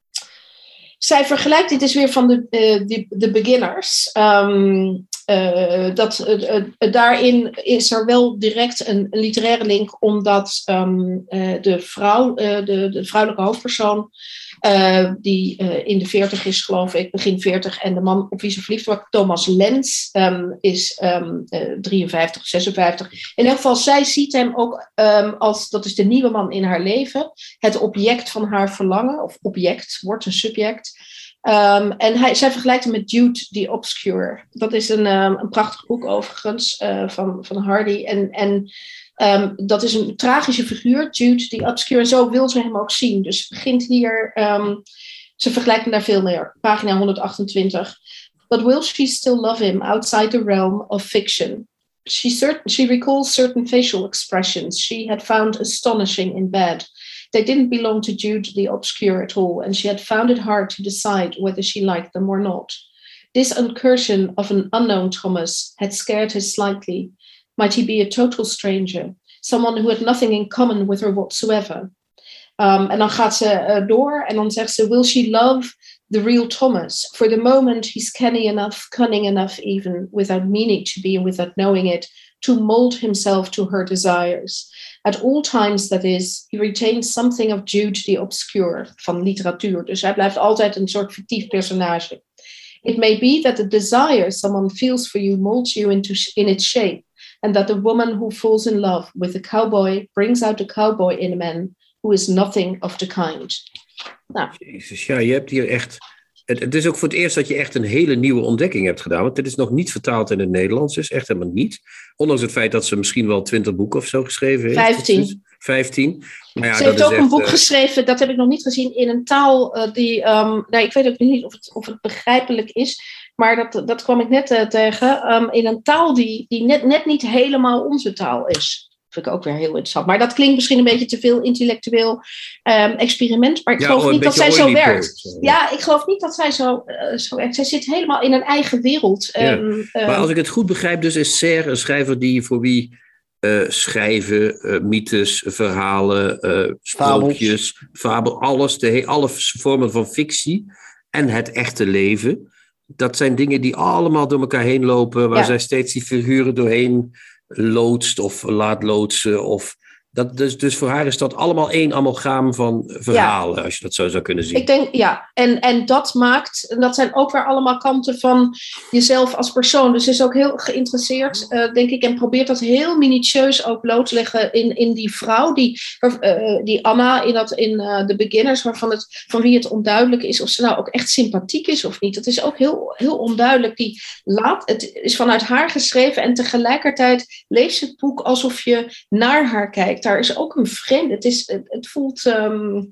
zij vergelijkt, dit is weer van de, uh, de, de beginners. Um, uh, dat, uh, uh, daarin is er wel direct een, een literaire link, omdat um, uh, de vrouw, uh, de, de vrouwelijke hoofdpersoon, Uh, die uh, in de veertig is, geloof ik, begin veertig. En de man op wie ze verliefd wordt, Thomas Lenz, um, is um, uh, drieënvijftig, zesenvijftig. In elk geval, zij ziet hem ook um, als, dat is de nieuwe man in haar leven. Het object van haar verlangen, of object, wordt een subject. Um, en hij, zij vergelijkt hem met Jude the Obscure. Dat is een, um, een prachtig boek overigens, uh, van, van Hardy. En... en Um, dat is een tragische figuur, Jude the Obscure. En zo wil ze hem ook zien. Dus ze begint hier... Um, ze vergelijkt hem daar veel meer. Pagina honderdachtentwintig. But will she still love him outside the realm of fiction? She, cert- she recalls certain facial expressions she had found astonishing in bed. They didn't belong to Jude the Obscure at all, and she had found it hard to decide whether she liked them or not. This incursion of an unknown Thomas had scared her slightly. Might he be a total stranger, someone who had nothing in common with her whatsoever? Um, en dan gaat ze uh, door en dan zegt ze, will she love the real Thomas? For the moment he's canny enough, cunning enough even, without meaning to be and without knowing it, to mold himself to her desires. At all times, that is, he retains something of Jude the Obscure van literatuur. Dus hij blijft altijd een soort fictief personage. It may be that the desire someone feels for you molds you into in its shape, and that the woman who falls in love with the cowboy brings out the cowboy in a man who is nothing of the kind. Nou. Jezus, ja, je hebt hier echt... Het, het is ook voor het eerst dat je echt een hele nieuwe ontdekking hebt gedaan. Want dit is nog niet vertaald in het Nederlands. Dus echt helemaal niet. Ondanks het feit dat ze misschien wel twintig boeken of zo geschreven heeft. Vijftien. Vijftien. Maar ja, ze dat heeft ook echt, een boek uh... geschreven, dat heb ik nog niet gezien, in een taal uh, die... Um, nou, ik weet ook niet of het, of het begrijpelijk is. Maar dat, dat kwam ik net uh, tegen. Um, in een taal die, die net, net niet helemaal onze taal is. Vind ik ook weer heel interessant. Maar dat klinkt misschien een beetje te veel intellectueel um, experiment. Maar ik ja, geloof oh, niet dat zij zo werkt. Zo, ja. ja, ik geloof niet dat zij zo, uh, zo werkt. Zij zit helemaal in een eigen wereld. Ja. Um, maar um, als ik het goed begrijp, dus is Serre een schrijver die voor wie uh, schrijven, uh, mythes, verhalen, uh, sprookjes, fabel, alles, de he- alle vormen van fictie en het echte leven. Dat zijn dingen die allemaal door elkaar heen lopen, waar ja. zij steeds die figuren doorheen loodst of laat loodsen. Of dat, dus, dus voor haar is dat allemaal één amalgaam van verhalen, ja. als je dat zo zou kunnen zien. Ik denk, ja, en, en dat maakt, dat zijn ook weer allemaal kanten van jezelf als persoon. Dus ze is ook heel geïnteresseerd, uh, denk ik, en probeert dat heel minutieus ook bloot te leggen in, in die vrouw, die, uh, die Anna in, dat, in uh, The Beginners, waarvan het, van wie het onduidelijk is of ze nou ook echt sympathiek is of niet. Dat is ook heel, heel onduidelijk. Die laat, het is vanuit haar geschreven en tegelijkertijd leest het boek alsof je naar haar kijkt. Daar is ook een vreemde. Het, is, het, het voelt... Um,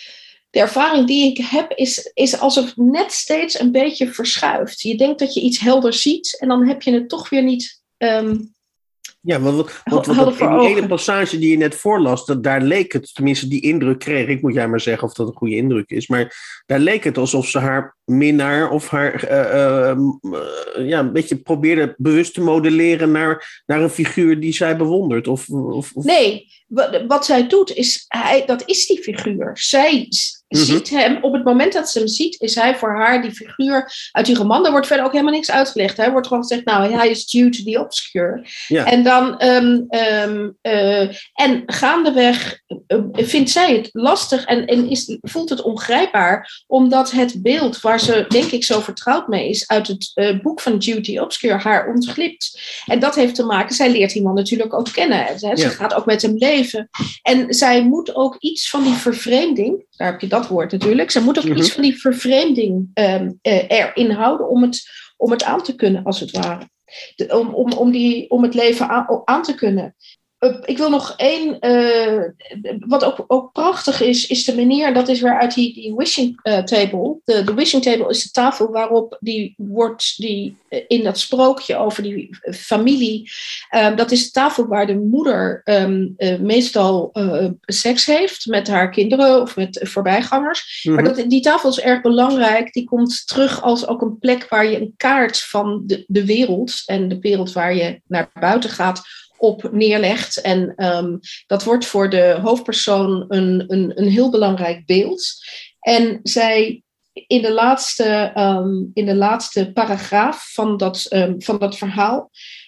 de ervaring die ik heb is, is alsof het net steeds een beetje verschuift. Je denkt dat je iets helder ziet en dan heb je het toch weer niet... Um, ja, want, want, want dat, in die ene passage die je net voorlas, dat, daar leek het, tenminste die indruk kreeg ik, moet jij maar zeggen of dat een goede indruk is, maar daar leek het alsof ze haar minnaar of haar uh, uh, ja, een beetje probeerde bewust te modelleren naar, naar een figuur die zij bewondert. Of, of, of... Nee, wat, wat zij doet, is hij, dat is die figuur. Zij mm-hmm. ziet hem, op het moment dat ze hem ziet, is hij voor haar die figuur uit die roman. Daar wordt verder ook helemaal niks uitgelegd. Hij wordt gewoon gezegd, nou, hij is Jude the Obscure. Ja. En dan, um, um, uh, en gaandeweg uh, vindt zij het lastig en, en is, voelt het ongrijpbaar, omdat het beeld waar ze, denk ik, zo vertrouwd mee is, uit het uh, boek van Jude the Obscure haar ontglipt. En dat heeft te maken, zij leert die man natuurlijk ook kennen. Ze, ja. ze gaat ook met hem leven. En zij moet ook iets van die vervreemding, daar heb je dat woord natuurlijk, zij moet ook mm-hmm. iets van die vervreemding um, uh, erin houden om het, om het aan te kunnen, als het ware. De, om, om, om, die, om het leven aan, aan te kunnen. Uh, ik wil nog één, uh, wat ook, ook prachtig is, is de manier, dat is weer uit die, die wishing uh, table. De, de wishing table is de tafel waarop die wordt, die, uh, in dat sprookje over die uh, familie, uh, dat is de tafel waar de moeder um, uh, meestal uh, seks heeft met haar kinderen of met uh, voorbijgangers. Mm-hmm. Maar dat, die tafel is erg belangrijk, die komt terug als ook een plek waar je een kaart van de, de wereld en de wereld waar je naar buiten gaat op neerlegt. En um, dat wordt voor de hoofdpersoon een, een, een heel belangrijk beeld. En zij in de laatste, um, in de laatste paragraaf van dat, um, van dat verhaal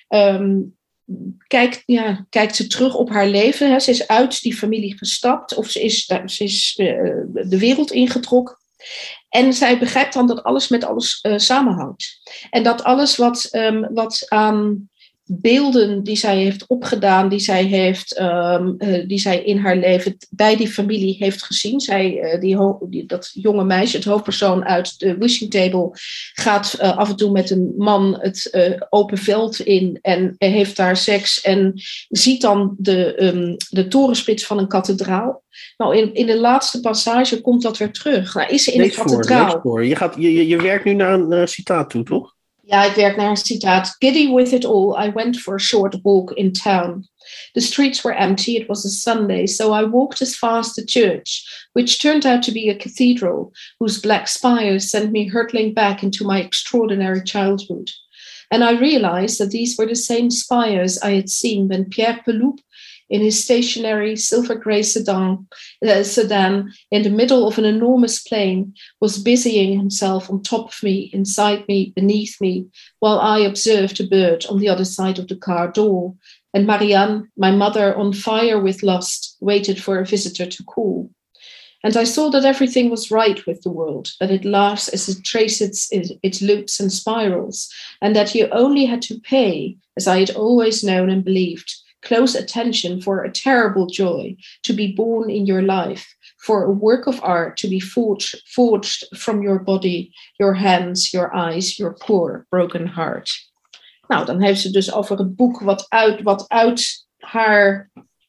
um, kijkt, ja, kijkt ze terug op haar leven. Hè. Ze is uit die familie gestapt of ze is, ze is uh, de wereld ingetrokken. En zij begrijpt dan dat alles met alles uh, samenhangt. En dat alles wat, um, wat aan beelden die zij heeft opgedaan, die zij, heeft, um, uh, die zij in haar leven bij die familie heeft gezien. Zij, uh, die ho- die, dat jonge meisje, het hoofdpersoon uit de wishing table, gaat uh, af en toe met een man het uh, open veld in en uh, heeft daar seks en ziet dan de, um, de torenspits van een kathedraal. Nou, in, in de laatste passage komt dat weer terug. Nou, is ze in lees een kathedraal. Voor, voor. Je, gaat, je, je werkt nu naar een uh, citaat toe, toch? Ja, ik werk naar een citaat. Giddy with it all, I went for a short walk in town. The streets were empty, it was a Sunday, so I walked as far as the church, which turned out to be a cathedral, whose black spires sent me hurtling back into my extraordinary childhood. And I realized that these were the same spires I had seen when Pierre Peloup, in his stationary silver grey sedan, uh, sedan in the middle of an enormous plain, was busying himself on top of me, inside me, beneath me, while I observed a bird on the other side of the car door. And Marianne, my mother, on fire with lust, waited for a visitor to call. And I saw that everything was right with the world, that it laughs as it traces its, its loops and spirals, and that you only had to pay, as I had always known and believed, close attention for a terrible joy to be born in your life, for a work of art to be forged, forged from your body, your hands, your eyes, your poor broken heart. Nou, dan heeft ze dus over het boek wat uit, wat uit haar...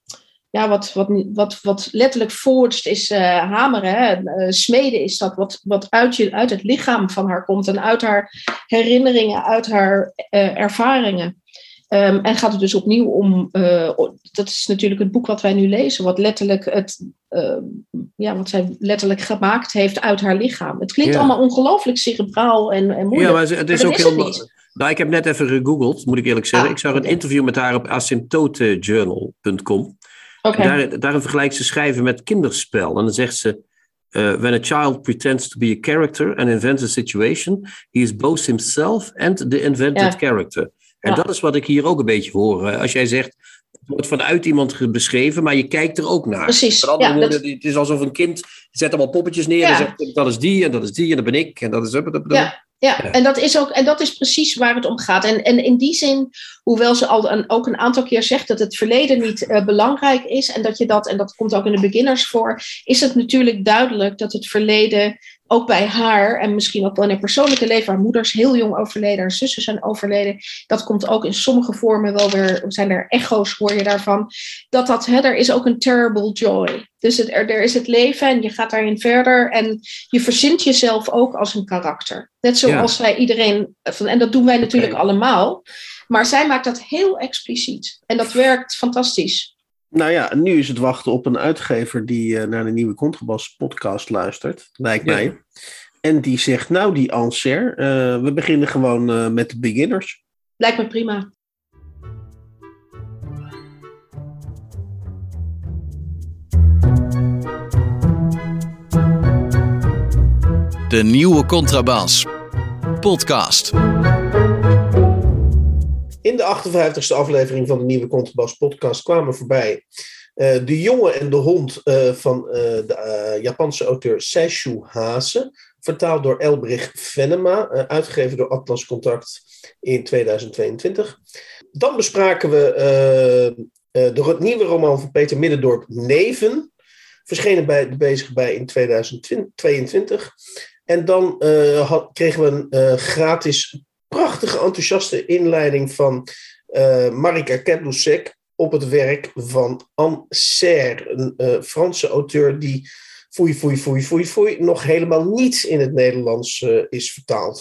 Ja, wat, wat, wat, wat letterlijk forged is uh, hameren, hè? Uh, smeden is dat, wat, wat uit, je, uit het lichaam van haar komt en uit haar herinneringen, uit haar uh, ervaringen. Um, en gaat het dus opnieuw om, uh, dat is natuurlijk het boek wat wij nu lezen, wat letterlijk het, uh, ja, wat zij letterlijk gemaakt heeft uit haar lichaam. Het klinkt ja. allemaal ongelooflijk cerebraal en, en moeilijk. Ja, maar het is maar ook is heel... Het nou, ik heb net even gegoogeld, moet ik eerlijk zeggen. Ah, ik zag een okay. interview met haar op asymptote journal punt com. Okay. Daar, daarin vergelijkt ze schrijven met kinderspel. En dan zegt ze... Uh, when a child pretends to be a character and invents a situation, he is both himself and the invented ja. character. En ja. dat is wat ik hier ook een beetje hoor. Als jij zegt, het wordt vanuit iemand beschreven, maar je kijkt er ook naar. Precies. Met andere ja, woorden, dat... Het is alsof een kind zet allemaal poppetjes neer ja. en zegt, dat is die en dat is die en dat ben ik en dat is... Dat, dat, ja. Ja, ja, en dat is ook en dat is precies waar het om gaat. En, en in die zin, hoewel ze al een, ook een aantal keer zegt dat het verleden niet uh, belangrijk is en dat je dat, en dat komt ook in de beginners voor, is het natuurlijk duidelijk dat het verleden ook bij haar, en misschien ook wel in haar persoonlijke leven, haar moeder is heel jong overleden, haar zussen zijn overleden, dat komt ook in sommige vormen wel weer, zijn er echo's, hoor je daarvan, dat dat, hè, er is ook een terrible joy. Dus het, er, er is het leven en je gaat daarin verder en je verzint jezelf ook als een karakter. Net zoals ja. wij iedereen, en dat doen wij natuurlijk okay. allemaal, maar zij maakt dat heel expliciet en dat werkt fantastisch. Nou ja, nu is het wachten op een uitgever die uh, naar de nieuwe Contrabas podcast luistert, lijkt ja. mij. En die zegt, nou die Anser, uh, we beginnen gewoon uh, met de beginners. Lijkt me prima. De nieuwe Contrabas podcast. In de achtenvijftigste aflevering van de nieuwe Contrabas podcast kwamen voorbij uh, De jongen en de hond uh, van uh, de uh, Japanse auteur Seishu Hase, vertaald door Elbrich Venema, uh, uitgegeven door Atlas Contact in tweeduizend tweeëntwintig. Dan bespraken we uh, uh, de nieuwe roman van Peter Middendorp, Neven, verschenen bij de Bezig bij in tweeduizend tweeëntwintig. En dan uh, had, kregen we een uh, gratis prachtige, enthousiaste inleiding van uh, Marika Kedlusek op het werk van Anne Serre, een uh, Franse auteur die foei, foei, foei, foei, foei, nog helemaal niet in het Nederlands uh, is vertaald.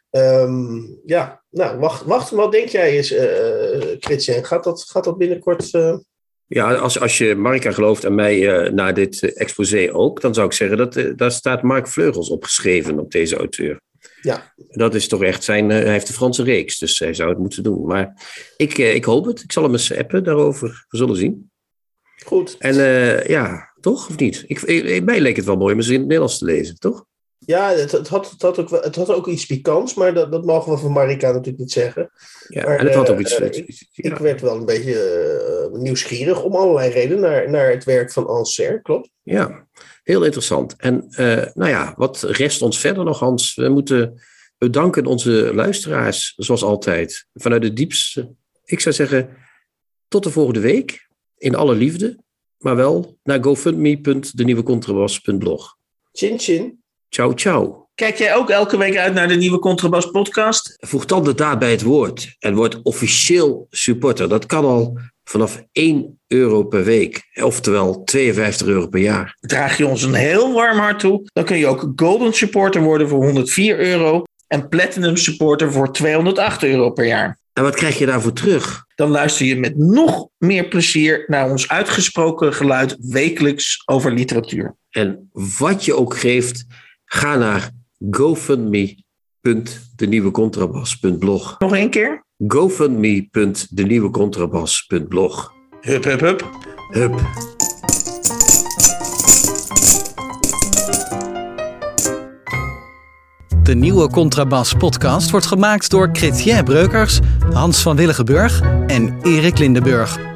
Um, ja, nou, wacht, wacht, wat denk jij eens, uh, Chrétien? Gaat dat, gaat dat binnenkort... Uh... Ja, als, als je Marika gelooft en mij uh, na dit uh, exposé ook, dan zou ik zeggen dat uh, daar staat Mark Vleugels opgeschreven op deze auteur. Ja. Dat is toch echt zijn... Uh, hij heeft de Franse reeks, dus hij zou het moeten doen. Maar ik, uh, ik hoop het. Ik zal hem eens appen daarover. We zullen zien. Goed. En uh, ja, toch? Of niet? Ik, ik, mij leek het wel mooi om eens in het Nederlands te lezen, toch? Ja, het, het, had, het, had ook, het had ook iets pikants, maar dat, dat mogen we van Marika natuurlijk niet zeggen. Ja, maar, en het had ook iets... Uh, uh, ik, ja. ik werd wel een beetje uh, nieuwsgierig om allerlei redenen naar, naar het werk van Anne Serre, klopt? Ja, heel interessant. En uh, nou ja, wat rest ons verder nog, Hans? We moeten bedanken onze luisteraars, zoals altijd, vanuit het diepste. Ik zou zeggen, tot de volgende week, in alle liefde, maar wel naar gofundme punt de nieuwe contrabas punt blog. Chin chin. Ciao, ciao. Kijk jij ook elke week uit naar de nieuwe Contrabas podcast? Voeg dan de daad bij het woord en word officieel supporter. Dat kan al vanaf één euro per week, oftewel tweeënvijftig euro per jaar. Draag je ons een heel warm hart toe, dan kun je ook Golden Supporter worden voor honderdvier euro en Platinum Supporter voor tweehonderdacht euro per jaar. En wat krijg je daarvoor terug? Dan luister je met nog meer plezier naar ons uitgesproken geluid wekelijks over literatuur. En wat je ook geeft, ga naar gofundme punt de nieuwe contrabas punt blog. Nog één keer? gofundme punt de nieuwe contrabas punt blog. Hup, hup, hup. Hup. De nieuwe Contrabas podcast wordt gemaakt door Chrétien Breukers, Hans van Willigenburg en Erik Lindenburg.